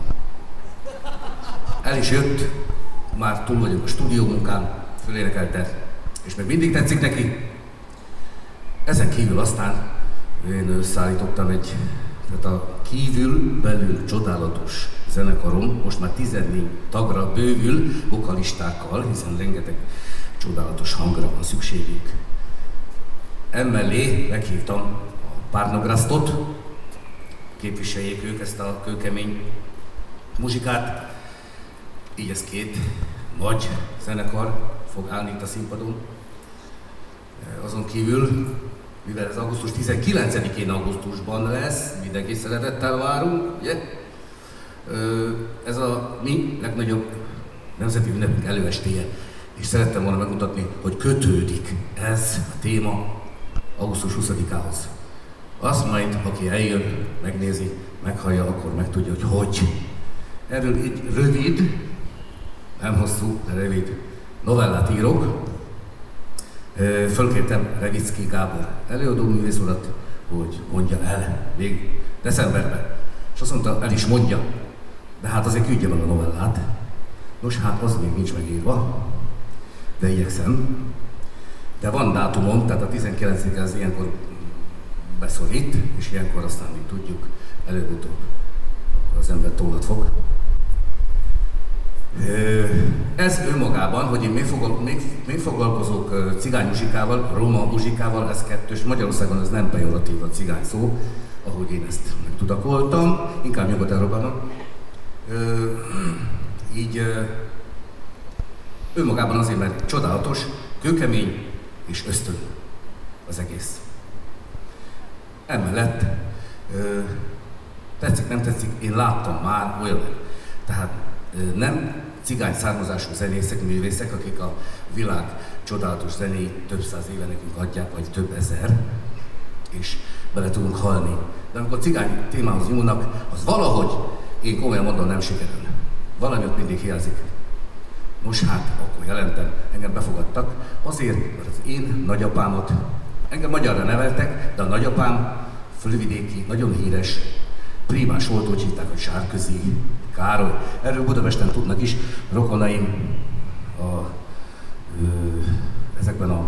El is jött, már túl vagyok a stúdió munkán, fölénekelte, és még mindig tetszik neki. Ezen kívül aztán én összeállítottam egy, tehát a kívül belül csodálatos zenekarom, most már tizennégy tagra bővül, vokalistákkal, hiszen rengeteg csodálatos hangra van szükségük. Emellé meghívtam a Párnograsztot, képviseljék ők ezt a kőkemény muzsikát, így ez két nagy zenekar fog állni itt a színpadon. Azon kívül, mivel ez augusztus tizenkilencedikén augusztusban lesz, mindenki szeretettel várunk, ugye? Ez a mi legnagyobb nemzeti ünnepünk előestéje, és szerettem volna megmutatni, hogy kötődik ez a téma augusztus huszadikához. Azt majd, aki eljön, megnézi, meghallja, akkor megtudja, hogy hogy. Erről egy rövid, nem hosszú, de rövid novellát írok. Fölkértem Revicki Gábor előadóművész urat, hogy mondja el még decemberben. És azt mondta, el is mondja, de hát azért küldje meg a novellát. Nos, hát az még nincs megírva, de igyekszem. De van dátumom, tehát a tizenkilencedike az ilyenkor beszorít, és ilyenkor aztán még tudjuk, előbb-utóbb az ember tollat fog. Ez önmagában, hogy én még, fogal, még, még foglalkozok cigány muzsikával, roma muzsikával, ez kettős. Magyarországon ez nem pejoratív a cigány szó, ahogy én ezt megtudakoltam, inkább Nyugat-Európában. Így önmagában azért, mert csodálatos, kőkemény és ösztön az egész. Emellett tetszik, nem tetszik, én láttam már olyan, tehát nem cigány származású zenészek, művészek, akik a világ csodálatos zenéit több száz éve nekünk adják, vagy több ezer, és bele tudunk halni. De amikor a cigány témához nyúlnak, az valahogy, én komolyan mondom, nem sikerül. Valami ott mindig hiányzik. Most hát, akkor jelentem, engem befogadtak, azért, mert az én nagyapámot, engem magyarra neveltek, de a nagyapám fölvidéki, nagyon híres, primás volt, úgy hívták, hogy Sárközi Károly. Erről Budapesten tudnak is, rokonaim a, ö, ezekben a, ö,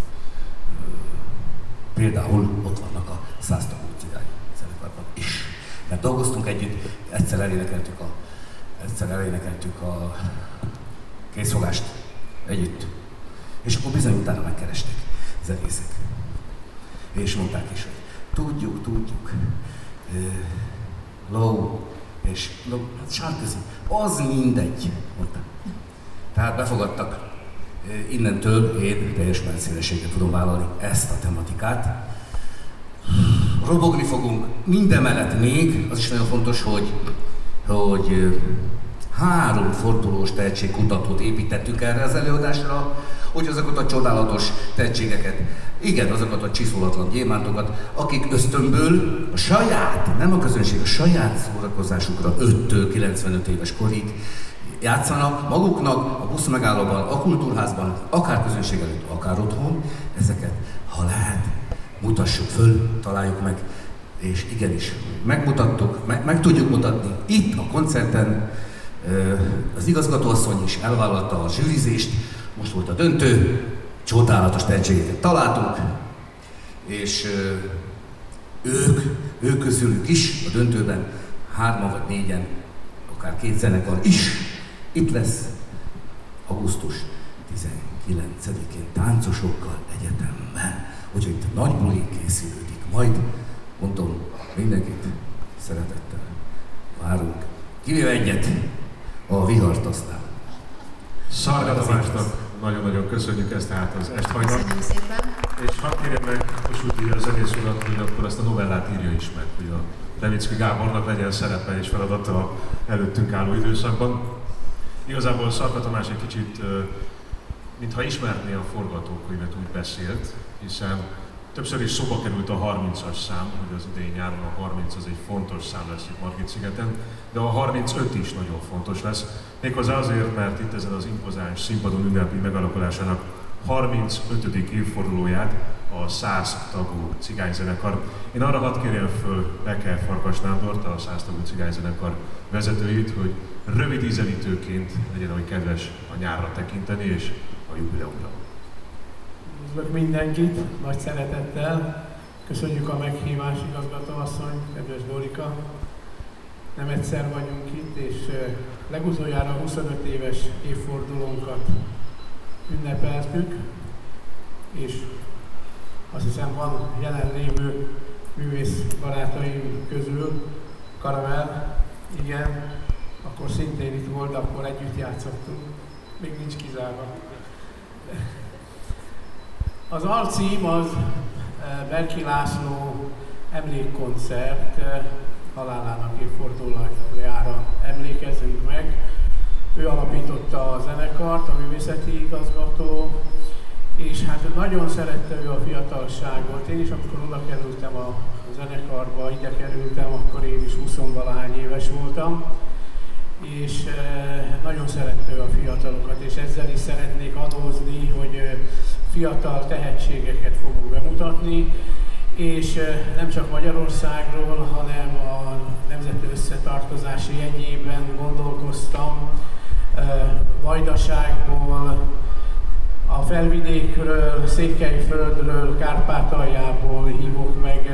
például ott vannak a száztagú cigány zenekarban is. Mert dolgoztunk együtt, egyszer elénekeltük a, egyszer elénekeltük a készfogást együtt. És akkor bizony utána megkerestek zenészek. És mondták is, hogy tudjuk, tudjuk. Low és low, Sárközi, az mindegy, mondta. Tehát befogadtak. Innentől én teljes messzélességgel tudom vállalni ezt a tematikát. Robogni fogunk mindemellett még, az is nagyon fontos, hogy, hogy három fordulós tehetségkutatót építettünk erre az előadásra, hogy azokat a csodálatos tehetségeket, igen, azokat a csiszolatlan gyémántokat, akik ösztönből a saját, nem a közönség, a saját szórakozásukra öttől kilencvenöt éves korig játszanak maguknak, a buszmegállóban, a kultúrházban, akár közönség előtt, akár otthon, ezeket, ha lehet, mutassuk föl, találjuk meg, és igenis, megmutattuk, meg, meg tudjuk mutatni. Itt a koncerten az igazgatóasszony is elvállalta a zsűrizést, most volt a döntő, csodálatos tehetségeket találtunk, és ők, ők közülük is a döntőben hárman vagy négyen, akár két zenekar is itt lesz augusztus tizenkilencedikén táncosokkal egyetemben. Úgyhogy itt nagy buli készülődik. Majd, mondom, mindenkit szeretettel várunk. Kivéve egyet, a vihart aztán.
Szarga Tamásnak nagyon-nagyon köszönjük ezt, tehát az esthajnak.
Köszönjük szépen.
És hadd kérjem meg Kossuth írja a zenész urat, hogy akkor ezt a novellát írja is meg, hogy a Levicki Gábornak legyen szerepe és feladata a előttünk álló időszakban. Igazából Szarga Tamás egy kicsit, mintha ismerné a forgatókönyvet, úgy beszélt, hiszen többször is szóba került a harmincas szám, hogy az idei nyáron a harminc az egy fontos szám lesz itt Margit-szigeten, de a harmincöt is nagyon fontos lesz. Méghozzá azért, mert itt ezen az impozáns színpadon ünnepi megalakulásának harmincötödik évfordulóját a száz tagú cigányzenekar. Én arra hadd kérjem föl Becker Farkas Nándort, a száz tagú cigányzenekar vezetőjét, hogy rövid ízelítőként legyen olyan kedves a nyárra tekinteni és a jubileumra.
Üdvözlök mindenkit, nagy szeretettel. Köszönjük a meghívást, igazgatóasszony, kedves Dorika. Nem egyszer vagyunk itt, és legutoljára huszonöt éves évfordulónkat ünnepeltük, és azt hiszem van jelenlévő művész barátaim közül, Karamell, igen, akkor szintén itt volt, akkor együtt játszottunk, még nincs kizárva. Az alcím az Berki László emlékkoncert, halálának évfordulójára emlékezünk meg. Ő alapította a zenekart, a művészeti igazgató, és hát nagyon szerette ő a fiatalságot. Én is, amikor oda kerültem a zenekarba, ide kerültem, akkor én is huszonvalahány éves voltam, és nagyon szerette ő a fiatalokat, és ezzel is szeretnék adózni, hogy fiatal tehetségeket fogunk bemutatni, és nem csak Magyarországról, hanem a nemzeti összetartozási jegyében gondolkoztam, Vajdaságból, a Felvidékről, Székelyföldről, Kárpátaljából hívok meg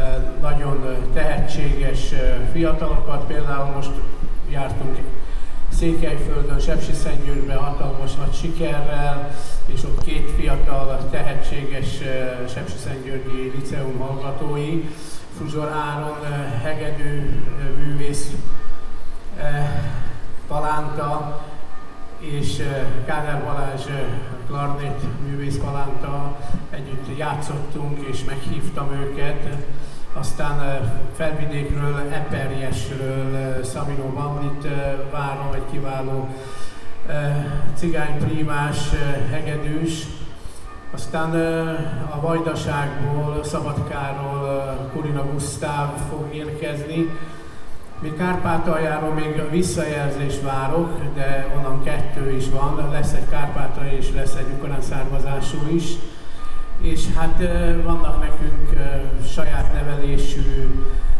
nagyon tehetséges fiatalokat. Például most jártunk Székelyföldön, Sepsiszentgyörgyben hatalmas nagy sikerrel, és ott két fiatal, tehetséges sepsiszentgyörgyi liceum hallgatói, Fuzsor Áron hegedű művész palánta, és Kádár Balázs klarnét művész palánta, együtt játszottunk, és meghívtam őket. Aztán Felvidékről, Eperjesről Szabino Bamlit várom, egy kiváló cigányprímás hegedűs. Aztán a Vajdaságból, Szabadkáról Kurina Gusztáv fog érkezni. Még Kárpátaljáról még visszajelzést várok, de onnan kettő is van. Lesz egy kárpátaljai és lesz egy ukrán származású is. És hát vannak nekünk saját nevelésű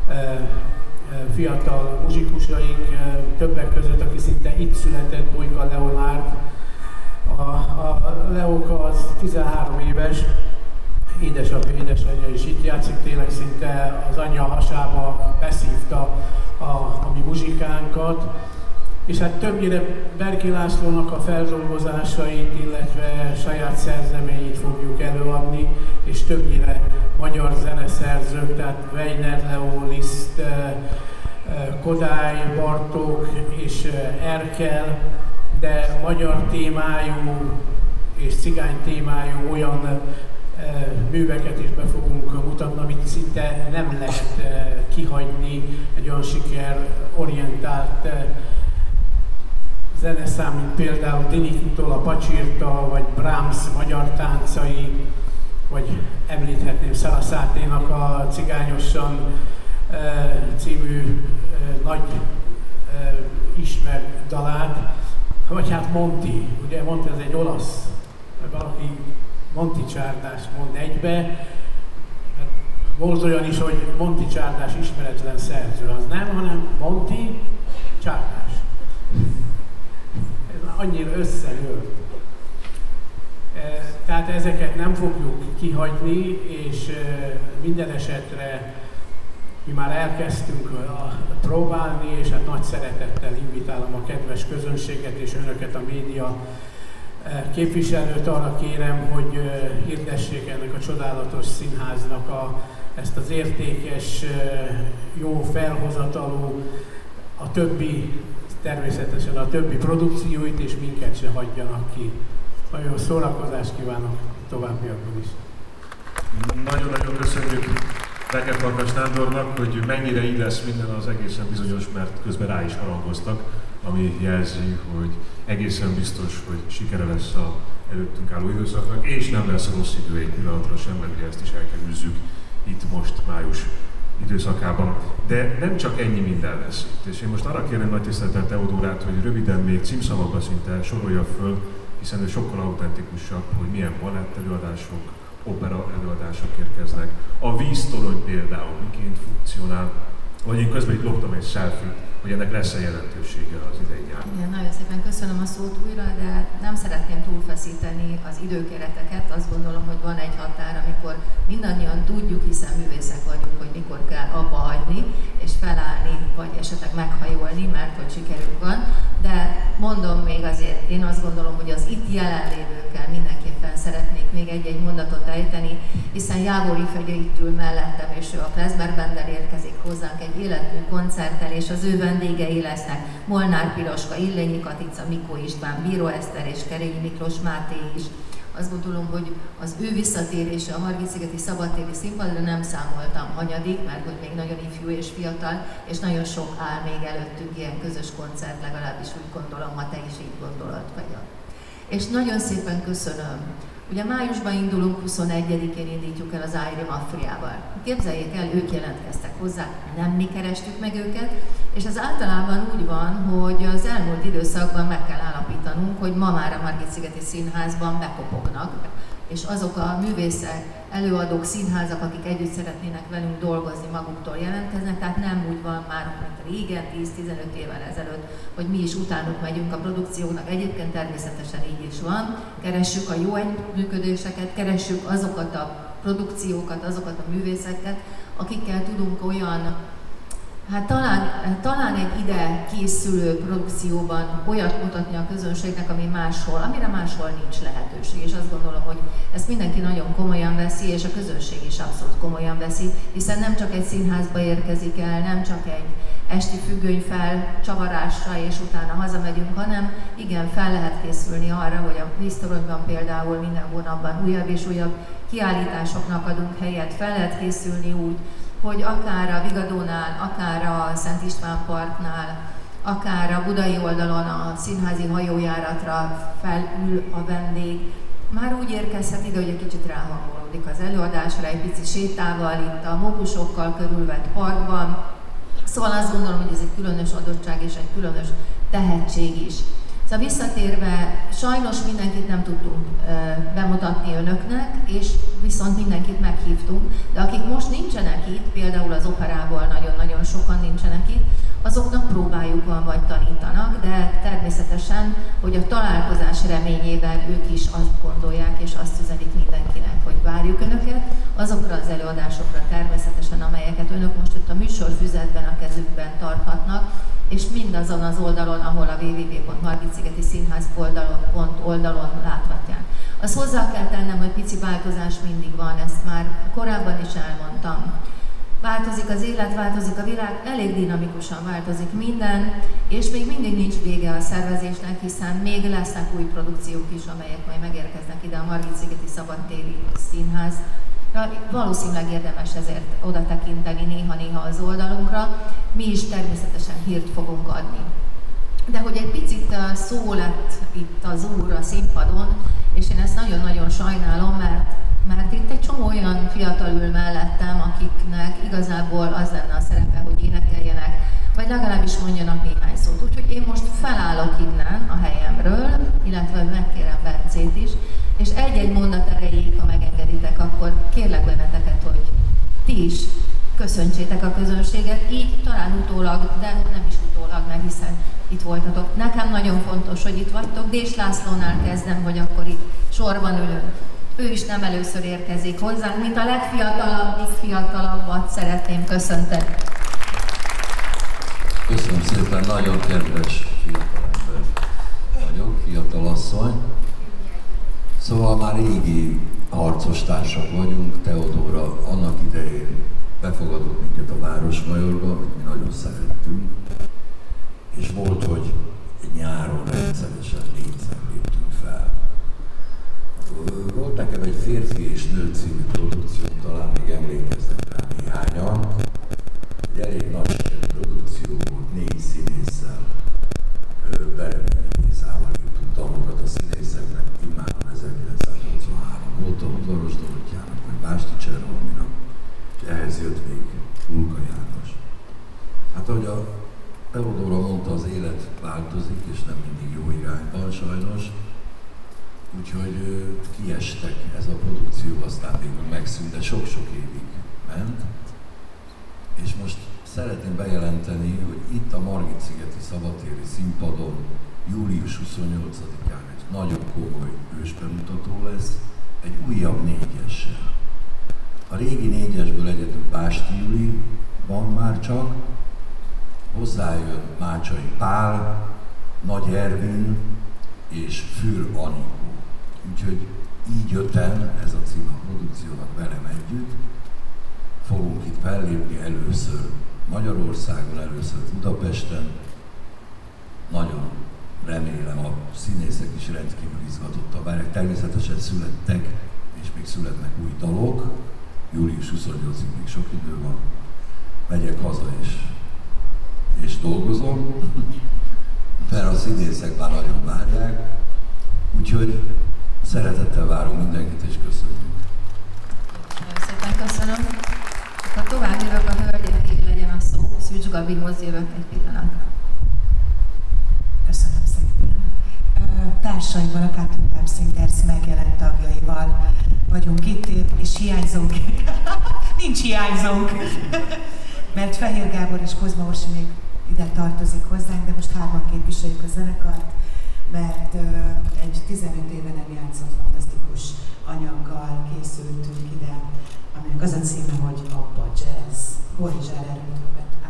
fiatal muzsikusaink, többek között, aki szinte itt született, Bujka Leonárd. A, a Leóka az tizenhárom éves, édesapja, édesanyja is itt játszik, tényleg szinte az anyja hasába beszívta a, a mi muzsikánkat. És hát többnyire Berki Lászlónak a feldolgozásait, illetve saját szerzeményét fogjuk előadni, és többnyire magyar zeneszerzők, tehát Weiner Leó, Liszt, Kodály, Bartók és Erkel, de magyar témájú és cigány témájú olyan műveket is be fogunk mutatni, amit szinte nem lehet kihagyni egy olyan sikerorientált zeneszám, mint például Dinikitól a Pacsirta, vagy Brahms magyar táncai, vagy említhetném Szalaszáténak a Cigányosan e, című e, nagy e, ismert dalát, vagy hát Monti, ugye Monti ez egy olasz, vagy valaki Monti csárdás mond egybe. Hát volt olyan is, hogy Monti csárdás ismeretlen szerző, az nem, hanem Monti csárdás. Ez annyira összejött. Tehát ezeket nem fogjuk kihagyni, és minden esetre mi már elkezdtünk próbálni, és hát nagy szeretettel invitálom a kedves közönséget és önöket, a média képviselőt, arra kérem, hogy hirdessék ennek a csodálatos színháznak a, ezt az értékes, jó felhozatalú, a többi, természetesen a többi produkcióit, és minket se hagyjanak ki. Nagyon szórakozást kívánok továbbiakban is.
Nagyon-nagyon köszönjük Becker Farkas Nándornak, hogy mennyire így lesz minden, az egészen bizonyos, mert közben rá is harangoztak, ami jelzi, hogy egészen biztos, hogy sikere lesz a előttünk álló időszaknak, és nem lesz rossz idő egy pillanatra sem, mert ugye ezt is elkerüljük itt most május időszakában. De nem csak ennyi minden lesz itt. És én most arra kérem nagy tisztelettel Teodórát, hogy röviden még címszavakba szinte sorolja föl, hiszen ő sokkal autentikusabb, hogy milyen balett előadások, opera előadások érkeznek. A víztorony például miként funkcionál, vagy én közben itt loptam egy selfie, hogy ennek lesz-e jelentősége az idei nyáron.
Igen, nagyon szépen köszönöm a szót újra, de nem szeretném túlfeszíteni az időkereteket. Azt gondolom, hogy van egy határ, amikor mindannyian tudjuk, hiszen művészek vagyunk, hogy mikor kell abba hagyni, és felállni, vagy esetleg meghajolni, mert hogy sikerünk van. De mondom még azért, én azt gondolom, hogy az itt jelenlévőkkel mindenképpen szeretnék még egy-egy mondatot ejteni, hiszen Jávor Ifegye itt ül mellettem, és ő a Klezmer-bendel érkezik hozzánk egy életmű koncerttel, és az ő vendégei lesznek Molnár Piroska, Illényi Katica, Mikó István, Bíró Eszter és Kerényi Miklós Máté is. Azt gondolom, hogy az ő visszatérése a Margit-szigeti szabadtéri színpadra nem számoltam hanyadik, mert hogy még nagyon ifjú és fiatal, és nagyon sok áll még előttünk ilyen közös koncert, legalábbis úgy gondolom, ha te is így gondolod vagy. És nagyon szépen köszönöm. Ugye májusban indulunk, huszonegyedikén indítjuk el az Ájri Mafriával. Képzeljék el, ők jelentkeztek hozzá, nem mi kerestük meg őket, és ez általában úgy van, hogy az elmúlt időszakban meg kell állapítanunk, hogy ma már a Margit-szigeti Színházban bekopognak, és azok a művészek, előadók, színházak, akik együtt szeretnének velünk dolgozni, maguktól jelentkeznek, tehát nem úgy van már, mint régen, tíz-tizenöt évvel ezelőtt, hogy mi is utánuk megyünk a produkciónak. Egyébként természetesen így is van. Keressük a jó együttműködéseket, keressük azokat a produkciókat, azokat a művészeket, akikkel tudunk olyan Hát talán, talán egy ide készülő produkcióban olyat mutatni a közönségnek, ami máshol, amire máshol nincs lehetőség. És azt gondolom, hogy ezt mindenki nagyon komolyan veszi, és a közönség is abszolút komolyan veszi, hiszen nem csak egy színházba érkezik el, nem csak egy esti függönyfel csavarásra, és utána hazamegyünk, hanem igen, fel lehet készülni arra, hogy a víztoronyban például minden hónapban újabb és újabb kiállításoknak adunk helyet, fel lehet készülni úgy, hogy akár a Vigadónál, akár a Szent István Parknál, akár a budai oldalon a színházi hajójáratra felül a vendég, már úgy érkezhet ide, hogy egy kicsit ráhangolódik az előadásra, egy pici sétával itt a mókusokkal körülvett parkban. Szóval azt gondolom, hogy ez egy különös adottság és egy különös tehetség is. Szóval visszatérve, sajnos mindenkit nem tudtunk ö, bemutatni önöknek, és viszont mindenkit meghívtunk, de akik most nincsenek itt, például az operából nagyon-nagyon sokan nincsenek itt, azoknak próbájuk van vagy tanítanak, de természetesen, hogy a találkozás reményében ők is azt gondolják és azt üzenik mindenkinek, hogy várjuk önöket, azokra az előadásokra természetesen, amelyeket önök most itt a műsorfüzetben a kezükben tarthatnak, és mindazon az oldalon, ahol a double-u double-u double-u pont margitszigeti színház oldalon, oldalon láthatják. Azt hozzá kell tennem, hogy pici változás mindig van, ezt már korábban is elmondtam. Változik az élet, változik a világ, elég dinamikusan változik minden, és még mindig nincs vége a szervezésnek, hiszen még lesznek új produkciók is, amelyek majd megérkeznek ide a Margitszigeti Szabadtéri Színház. Valószínűleg érdemes ezért oda tekinteni néha-néha az oldalunkra, mi is természetesen hírt fogunk adni. De hogy egy picit szó lett itt az úr a színpadon, és én ezt nagyon-nagyon sajnálom, mert, mert itt egy csomó olyan fiatal ül mellettem, akiknek igazából az lenne a szerepe, hogy énekeljenek, vagy legalábbis mondjanak néhány szót. Úgyhogy én most felállok innen a helyemről, illetve megkérem Bencét is, és egy-egy mondat erejéig, ha megengeditek, akkor kérlek benneteket, hogy ti is köszöntsétek a közönséget, így talán utólag, de nem is utólag, mert hiszen itt voltatok. Nekem nagyon fontos, hogy itt vagytok. Dés Lászlónál kezdem, hogy akkor itt sorban ülünk. Ő is nem először érkezik hozzánk, mint a legfiatalabb, fiatalabbat szeretném köszönteni.
Köszönöm szépen, nagyon kedves fiatalember vagyok, fiatalasszony. Szóval már régi harcos társak vagyunk, Teodóra annak idején befogadott minket a Városmajorba, amit mi nagyon szerettünk, és volt, hogy egy nyáron rendszeresen négyszer léptünk fel. Volt nekem egy Férfi és Nő című produkció, talán még emlékeznek rá néhányan. Egy elég nagy produkció volt, négy színésszel, Bereményi Gézával írtunk dalokat a színészeknek, immáron ezerkilencszáznyolcvanhárom volt a Udvaros Dorottyának, vagy Básti Cserholminak, és ehhez jött még Ulka János. Hát ahogy a Teodóra mondta, az élet változik, és nem mindig jó irányban sajnos, úgyhogy kiestek ez a produkció, aztán végül megszűnt, de sok-sok évig ment. És most szeretném bejelenteni, hogy itt a Margitszigeti Szabadtéri Színpadon július huszonnyolcadikán egy nagyon komoly ősbemutató lesz, egy újabb négyessel. A régi négyesből egyedül Básti Júli van már csak, hozzájön Mácsai Pál, Nagy Ervin és Für Anikó. Úgyhogy így öten, ez a cím a produkciónak, velem együtt fogunk itt fellépni először Magyarországon, először Budapesten. Nagyon remélem, a színészek is rendkívül izgatottak várják. Természetesen születtek, és még születnek új dalok. július huszonnyolcadikáig még sok idő van. Megyek haza és, és dolgozom, mert a színészek már nagyon várják. Úgyhogy szeretettel várunk mindenkit, és köszönjük.
Nagyon szépen köszönöm. Ha tovább jövök a hölgyekig, legyen a szó. Szűcs Gabihoz jövök egy pillanatra.
Köszönöm szépen. Társaimmal, a Cartoon Club Singers megjelent tagjaival vagyunk itt, és hiányzunk. Nincs hiányzónk. Mert Fehér Gábor és Kozma Orsi még ide tartozik hozzánk, de most hárman képviseljük a zenekart, mert uh, egy tizenöt éve nem játszott fantasztikus anyaggal készültünk ide, aminek az a címe, hogy Abba Jazz. Borizsár erről többet át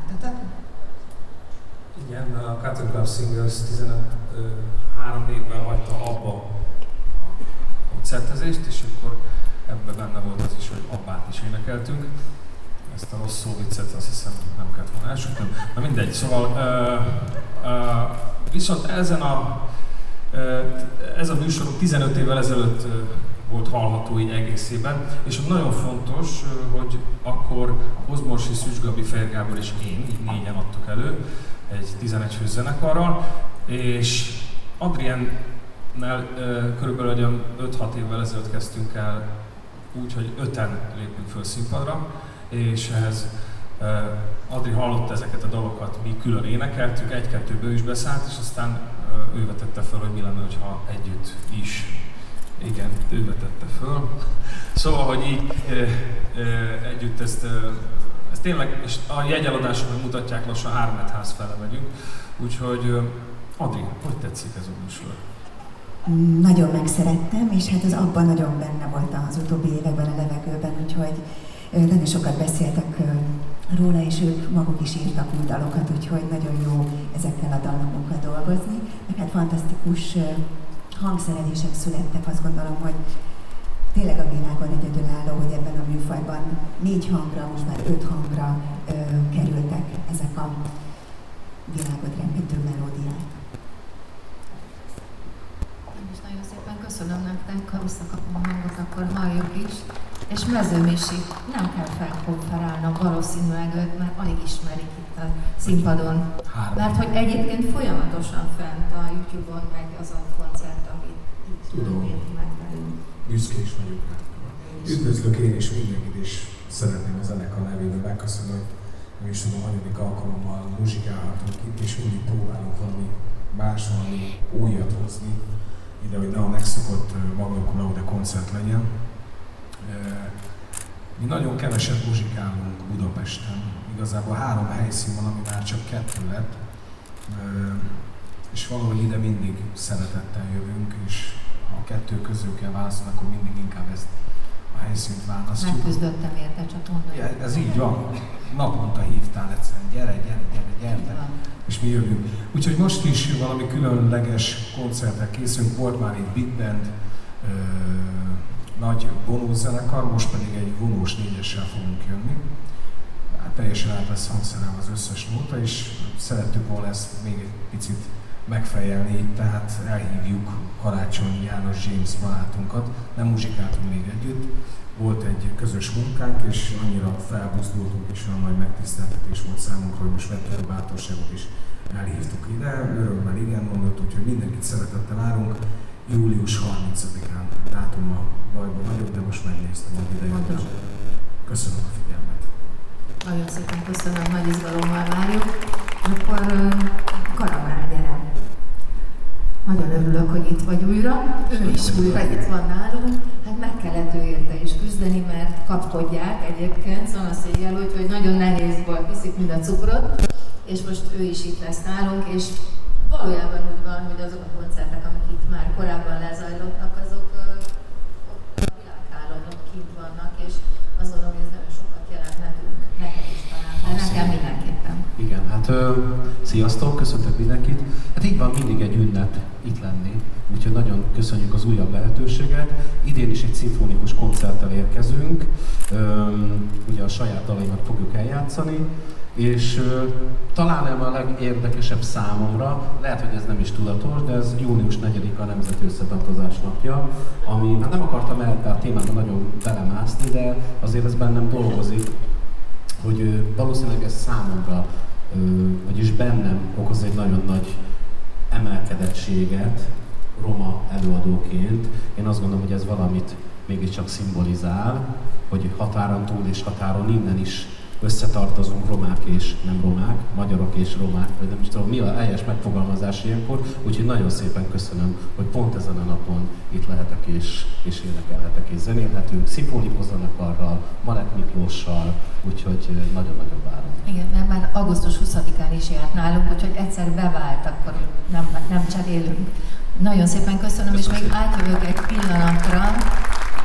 láttatok?
Igen, a Country Club Singers tizenhárom évvel hagyta abba a koncertezést, és akkor ebben benne volt az is, hogy abbát is énekeltünk. Ezt a rossz szó viccet azt hiszem nem kellett volna elsütnöm. Na mindegy, szóval uh, uh, viszont ezen a, uh, ez a műsorunk tizenöt évvel ezelőtt uh, volt hallható így egészében, és nagyon fontos, uh, hogy akkor Kozmorsi, Szűcs Gabi, Fehér Gábor és én, így négyen adtuk elő egy tizenegy fős zenekarral, és Adriennel uh, körülbelül olyan öt-hat évvel ezelőtt kezdtünk el úgy, hogy öten lépünk föl színpadra, és ehhez uh, Adri hallott ezeket a dalokat, mi külön énekeltük, egy-kettőből is beszállt, és aztán uh, ő vetette föl, hogy mi lenne, ha együtt is. Igen, ő vetette föl. Szóval, hogy így uh, uh, együtt ezt, uh, ezt tényleg, és a jegyeladások megmutatják, lassan három ház fele megyünk, úgyhogy uh, Adri, hogy tetszik ez a műsor?
Nagyon megszerettem, és hát az abban nagyon benne volt az utóbbi években a levegőben, úgyhogy nagyon sokat beszéltek róla, és ők maguk is írtak új dalokat, úgyhogy nagyon jó ezekkel a dalokkal dolgozni. Meg hát fantasztikus hangszerelések születtek, azt gondolom, hogy tényleg a világon egyedülálló, hogy ebben a műfajban négy hangra, most már öt hangra ö, kerültek ezek a világot rempítő melódiák.
Nagyon szépen köszönöm nektek, ha visszakapom a hangot, akkor halljuk is. És Mező Misi, nem kell felkonferálnom valószínűleg őt, mert alig ismerik itt a színpadon. Mert hogy egyébként folyamatosan fent a YouTube-on megy az a koncert, amit itt történt meg velünk.
Büszke is vagyok rá. Üdvözlök én és mindenkit, és szeretném a zenekar nevében megköszönni, hogy nem is tudom, hanyadik alkalommal muzsikálhatunk itt, és mindig próbálunk valami más, valami újat hozni ide, hogy ne a megszokott Magna Cum Laude koncert legyen. Mi nagyon keveset muzsikálunk Budapesten. Igazából három helyszín van, ami már csak kettő lett. És valahogy ide mindig szeretettel jövünk, és ha a kettő közül kell választani, akkor mindig inkább ezt a helyszínt választjuk.
Megküzdöttem érte, csak mondom.
Ja, ez így van. Naponta hívtál egyszerűen, gyere, gyere, gyere, gyere. És mi jövünk. Úgyhogy most is valami különleges koncertek készülünk. Volt már egy big band, ö, nagy vonós zenekar, most pedig egy vonós négyessel fogunk jönni. Hát teljesen át lesz hangszerelve az összes nóta, és szerettük volna ezt még egy picit megfejelni, tehát elhívjuk Karácsony János James barátunkat, nem muzsikáltunk még együtt, volt egy közös munkánk, és annyira felbuzdultunk, és olyan nagy megtiszteltetés volt számunkra, hogy most vettük a bátorságot is elhívtuk ide, örömmel igen mondott, úgyhogy mindenkit szeretettel várunk. július harmincadikán dátummal bajban vagyok, de most megnéztem, hogy ide jöttem. Köszönöm a figyelmet.
Nagyon szépen köszönöm, nagy izgalommal várjuk. Akkor Karamell, gyere! Nagyon örülök, hogy itt vagy újra. Ő is újra itt van nálunk. Hát meg kellett ő érte is küzdeni, mert kapkodják egyébként szanaszéjjel, úgyhogy nagyon nehéz volt, viszik mind a cukrot. És most ő is itt lesz nálunk, és valójában úgy van, hogy azok a koncertek, amik itt már korábban lezajlottak, azok ott a világhálón kint vannak, és azt gondolom, hogy ez nagyon sokat jelent nekünk, neked is talán, de nekem mindenképpen.
Igen, hát ö, sziasztok, köszöntök mindenkit. Hát így van, mindig egy ünnep itt lenni, úgyhogy nagyon köszönjük az újabb lehetőséget. Idén is egy szimfonikus koncerttel érkezünk, ö, ugye a saját dalaimat fogjuk eljátszani, és ö, talán ez a legérdekesebb számomra, lehet, hogy ez nem is tudatos, de ez június negyedike a Nemzeti Összetartozás napja, ami, hát nem akartam el a témában nagyon belemászni, de azért ez bennem dolgozik, hogy ö, valószínűleg ez számomra, ö, vagyis bennem okoz egy nagyon nagy emelkedettséget roma előadóként. Én azt gondolom, hogy ez valamit mégiscsak szimbolizál, hogy határon túl és határon innen is összetartozunk, romák és nem romák, magyarok és romák, vagy nem is tudom, mi a helyes megfogalmazás ilyenkor, úgyhogy nagyon szépen köszönöm, hogy pont ezen a napon itt lehetek és, és énekelhetek és zenélhetünk, szimfonikus zenekarral, Malek Miklóssal, úgyhogy nagyon-nagyon várom.
Igen, mert már augusztus huszadikán is járt nálunk, úgyhogy egyszer bevált, akkor nem, nem cserélünk. Nagyon szépen köszönöm, köszönöm és még átjövök egy pillanatra.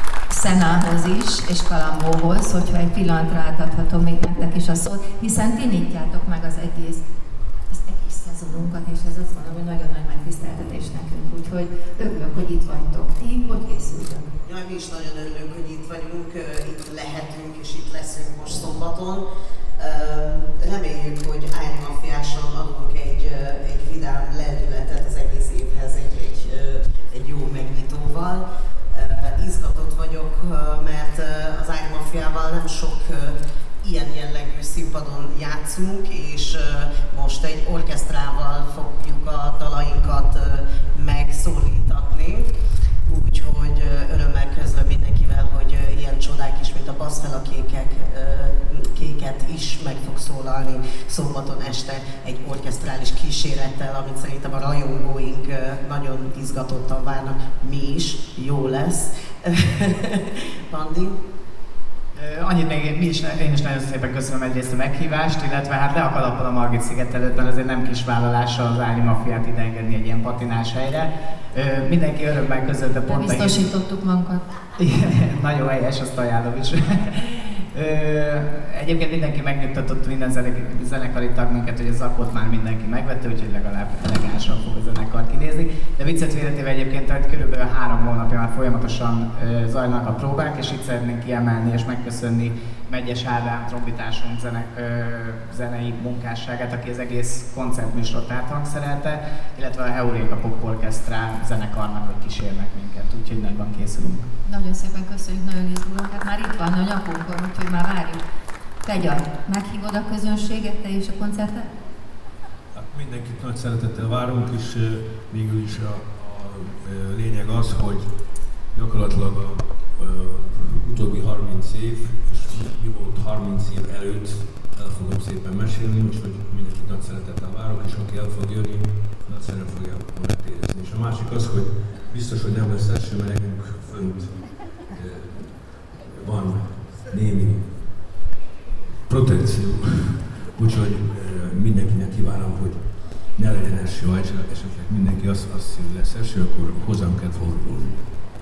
Szenához is, és Kalambóhoz, hogyha egy pillanatra átadhatom még nektek is a szót, hiszen ti nyitjátok meg az egész, az egész szezonunkat, és ez azt mondom, hogy nagyon nagy megtiszteltetés nekünk, úgyhogy örülök, hogy itt vagytok. Ti hogy készültök?
Jaj, mi is nagyon örülünk, hogy itt vagyunk, itt lehetünk, és itt leszünk most szombaton. Reméljük, hogy Iron Mafiáson adunk egy, egy vidám lendületet az egész évhez, egy, egy, egy jó megnyitóval. Izgatott vagyok, mert az Iron Mafiával nem sok ilyen jellegű színpadon játszunk, és most egy orkesztrával fogjuk a dalainkat megszólítatni. Úgyhogy örömmel közlöm mindenkivel, hogy ilyen csodák is, mint a Baszfel a kékek, kéket is meg fog szólalni szombaton este egy orkesztrális kísérettel, amit szerintem a rajongóink nagyon izgatottan várnak. Mi is, jó lesz. Pandi?
Annyit még mi is, én is nagyon szépen köszönöm egyrészt a meghívást, illetve hát le a kalappal a Margit sziget előtt, mert azért nem kis vállalással az Ári Mafiát ide engedni egy ilyen patinás helyre. Mindenki örömmel közölte pont.
Biztosítottuk magunkat.
Igen, nagyon helyes, azt ajánlom is. Egyébként mindenki megnyugtatott, minden zenekari tag minket, hogy a zakot már mindenki megvette, úgyhogy legalább elegánsan fog a zenekar kinézni. De viccet félretéve egyébként, hogy körülbelül három hónapja már folyamatosan zajlanak a próbák, és itt szeretnénk kiemelni és megköszönni Megyes Ádám trombitásunk zene, ö, zenei munkásságát, aki az egész koncertműsort áthangszerelte, illetve a Heuréka Pop Orchestra zenekarnak, hogy kísérnek minket, úgyhogy nagyban készülünk.
Nagyon szépen köszönjük, nagyon izgulunk, hát már itt van a nyakunkon, úgyhogy már várjuk. Tegya, meghívod a közönséget, te és a koncertet?
Hát mindenkit nagy szeretettel várunk, és uh, végül is a, a, a lényeg az, hogy gyakorlatilag a, a utóbbi harminc év, és mi volt harminc év előtt, el fogom szépen mesélni, úgyhogy mindenkit nagy szeretettel várok, és aki el fog jönni, nagyszerűen fogja megtérezni. És a másik az, hogy biztos, hogy nem lesz első, mert nekünk fönt van némi protekció, úgyhogy mindenkinek kívánom, hogy ne legyen első, ha esetleg mindenki azt, azt lesz első, akkor hozzám kell fordulni.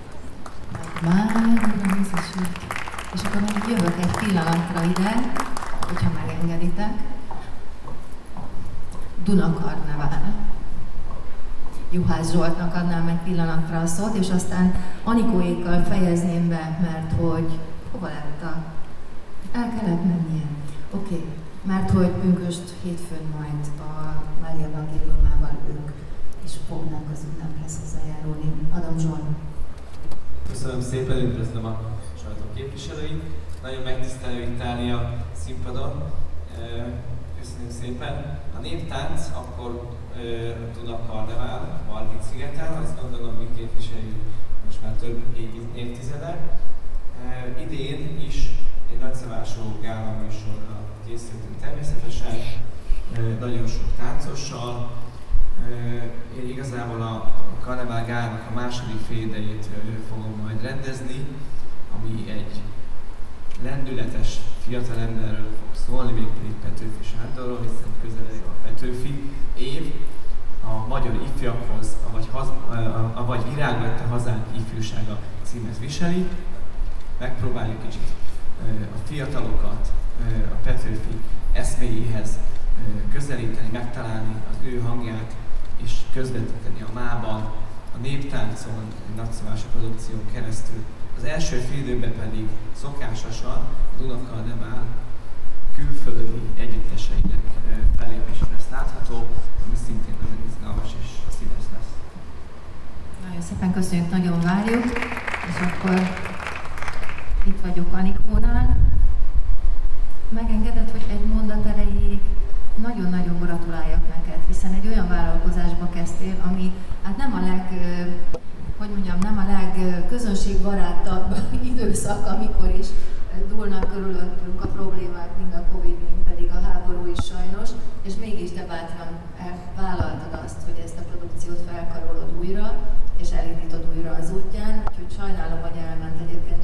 Már nézésük. És akkor még jövök egy pillanatra ide, hogyha megengeditek. Dunakarnevál. Juhász Zsoltnak adnám egy pillanatra a szót, és aztán Anikóékkal fejezném be, mert hogy hova lett a... El kellett mennie. Oké, okay. Mert hogy pünköst hétfőn majd a Mária Evangéliumával ők is fognak az ünnephez hozzájárulni. Adam Zsolt.
Köszönöm szépen, üdvözlöm a sajtó képviselőit. Nagyon megtisztelő itt állni a színpadon. Köszönjük szépen. A néptánc akkor Dunakarnevál, Margit szigeten, azt gondolom, mi képviseljük most már több évtizedek. Idén is egy nagyszabású gála műsorra készültünk természetesen, nagyon sok táncossal. Én igazából a Karnevál gálának a második félidejét fogom majd rendezni, ami egy lendületes fiatalemberről fog szólni, mégpedig Petőfi Sándorról, hiszen közeleg a Petőfi év. A magyar ifjakhoz, vagy, haz, vagy virág lett a hazánk ifjúsága címet viseli. Megpróbáljuk kicsit a fiatalokat a Petőfi eszméjéhez közelíteni, megtalálni az ő hangját, és közvetíteni a mában, a néptáncon, egy nagyszabású produkción keresztül. Az első fél időben pedig szokásosan a Dunakarnevál külföldi együtteseinek fellépése lesz látható, ami szintén nagyon izgalmas és színes lesz.
Nagyon szépen köszönjük, nagyon várjuk, és akkor itt vagyok Anikónál. Megengeded, hogy egy mondat erejéig nagyon-nagyon gratuláljak neked, hiszen egy olyan vállalkozásba kezdtél, ami hát nem a leg, hogy mondjam, nem a legközönségbarátabb időszak, amikor is dúlnak körülöttünk a problémák, mind a Covid, mind pedig a háború is sajnos, és mégis te bátran vállaltad azt, hogy ezt a produkciót felkarolod újra, és elindítod újra az útján, úgyhogy sajnálom, hogy elment egyébként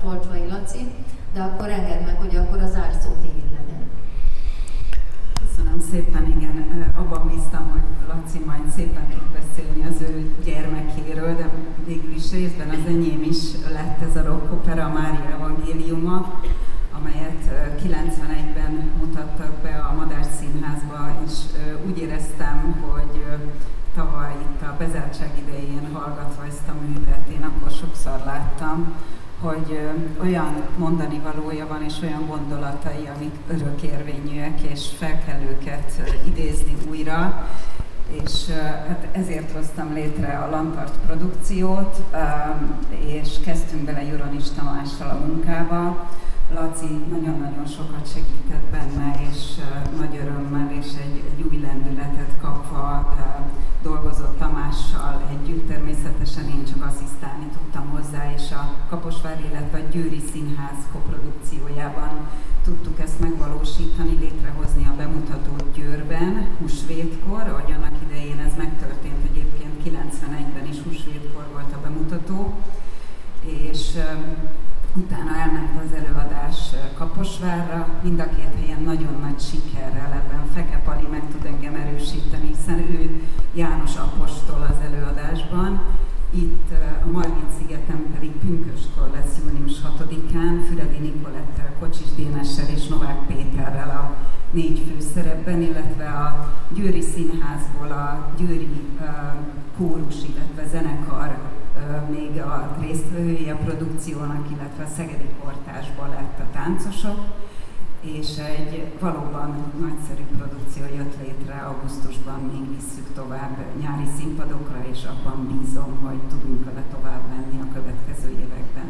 Tolcsvai Laci, de akkor engedd meg, hogy akkor az árszó tiéd legyen.
Köszönöm
Köszönöm szépen, igen, abban bíztam, hogy Laci majd szépen tud beszélni az ő gyermekéről, de végül is részben az enyém is lett ez a rockopera, Mária Evangéliuma, amelyet kilencvenegyben mutattak be a Madách Színházba, és úgy éreztem, hogy tavaly itt a bezártság idején hallgatva ezt a művet, én akkor sokszor láttam, hogy olyan mondani valója van, és olyan gondolatai, amik örökérvényűek, és fel kell őket idézni újra. És hát ezért hoztam létre a Lantart produkciót, és kezdtünk bele Juronics Tamással a munkába. Laci nagyon-nagyon sokat segített benne, és nagy örömmel és egy, egy új lendületet kapva dolgozott Tamással együtt. Természetesen én csak asszisztálni tudtam hozzá, és a Kaposvár, illetve a Győri Színház koprodukciójában tudtuk ezt megvalósítani, létrehozni a bemutatót Győrben, húsvétkor, ahogy annak idején ez megtörtént, egyébként kilencvenegyben is húsvétkor volt a bemutató, és utána elment az előadás Kaposvárra, mind a két helyen nagyon nagy sikerrel, ebben Feke Pali meg tud engem erősíteni, hiszen ő János apostol az előadásban. Itt a Margit-szigeten pedig pünköstkor lesz június hatodikán, Füredi Nikolettel, Kocsis Dénessel és Novák Péterrel a négy főszerepben, illetve a Győri Színházból a Győri uh, kórus, illetve zenekar uh, még a résztvevői a produkciónak, illetve a Szegedi Kortársból lett a táncosok, és egy valóban nagyszerű produkció jött létre, augusztusban még visszük tovább nyári színpadokra, és abban bízom, hogy tudunk vele tovább menni a következő években.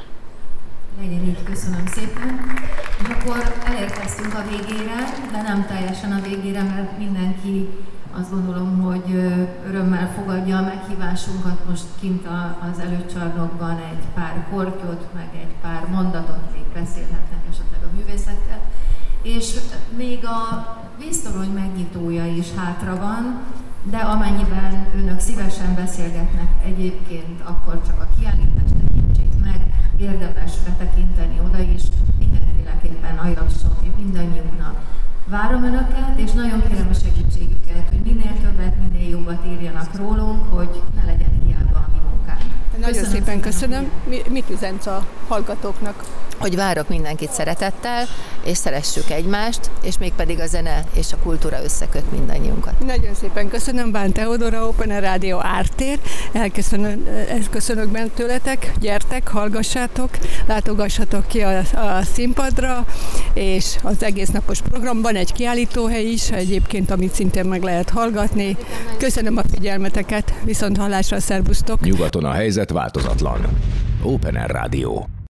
Legyen így, köszönöm szépen. És akkor elérkeztünk a végére, de nem teljesen a végére, mert mindenki azt gondolom, hogy örömmel fogadja a meghívásunkat. Most kint az előcsarnokban egy pár kortyot, meg egy pár mondatot még beszélhetnek esetleg a művészettel. És még a víztorony megnyitója is hátra van, de amennyiben önök szívesen beszélgetnek egyébként, akkor csak a kiállítást tekintsék meg, érdemes betekinteni oda is, mindenféleképpen ajánlom mindannyiunknak. Várom önöket, és nagyon kérem a segítségüket, hogy minél többet, minél jobbat írjanak rólunk, hogy ne legyen hiába a mi munkánk.
Nagyon köszönöm szépen köszönöm. Mi, mit üzensz a hallgatóknak?
Hogy várok mindenkit szeretettel, és szeressük egymást, és mégpedig a zene és a kultúra összeköt mindannyiunkat.
Nagyon szépen köszönöm, Bán Teodora, Open Air Rádió Ártér. Elköszönök, elköszönök bent tőletek, gyertek, hallgassátok, látogassatok ki a, a színpadra, és az egész napos programban egy kiállítóhely is, egyébként, amit szintén meg lehet hallgatni. Köszönöm a figyelmeteket, viszont hallásra, szervusztok!
Nyugaton a helyzet változatlan. Open Air Rádió.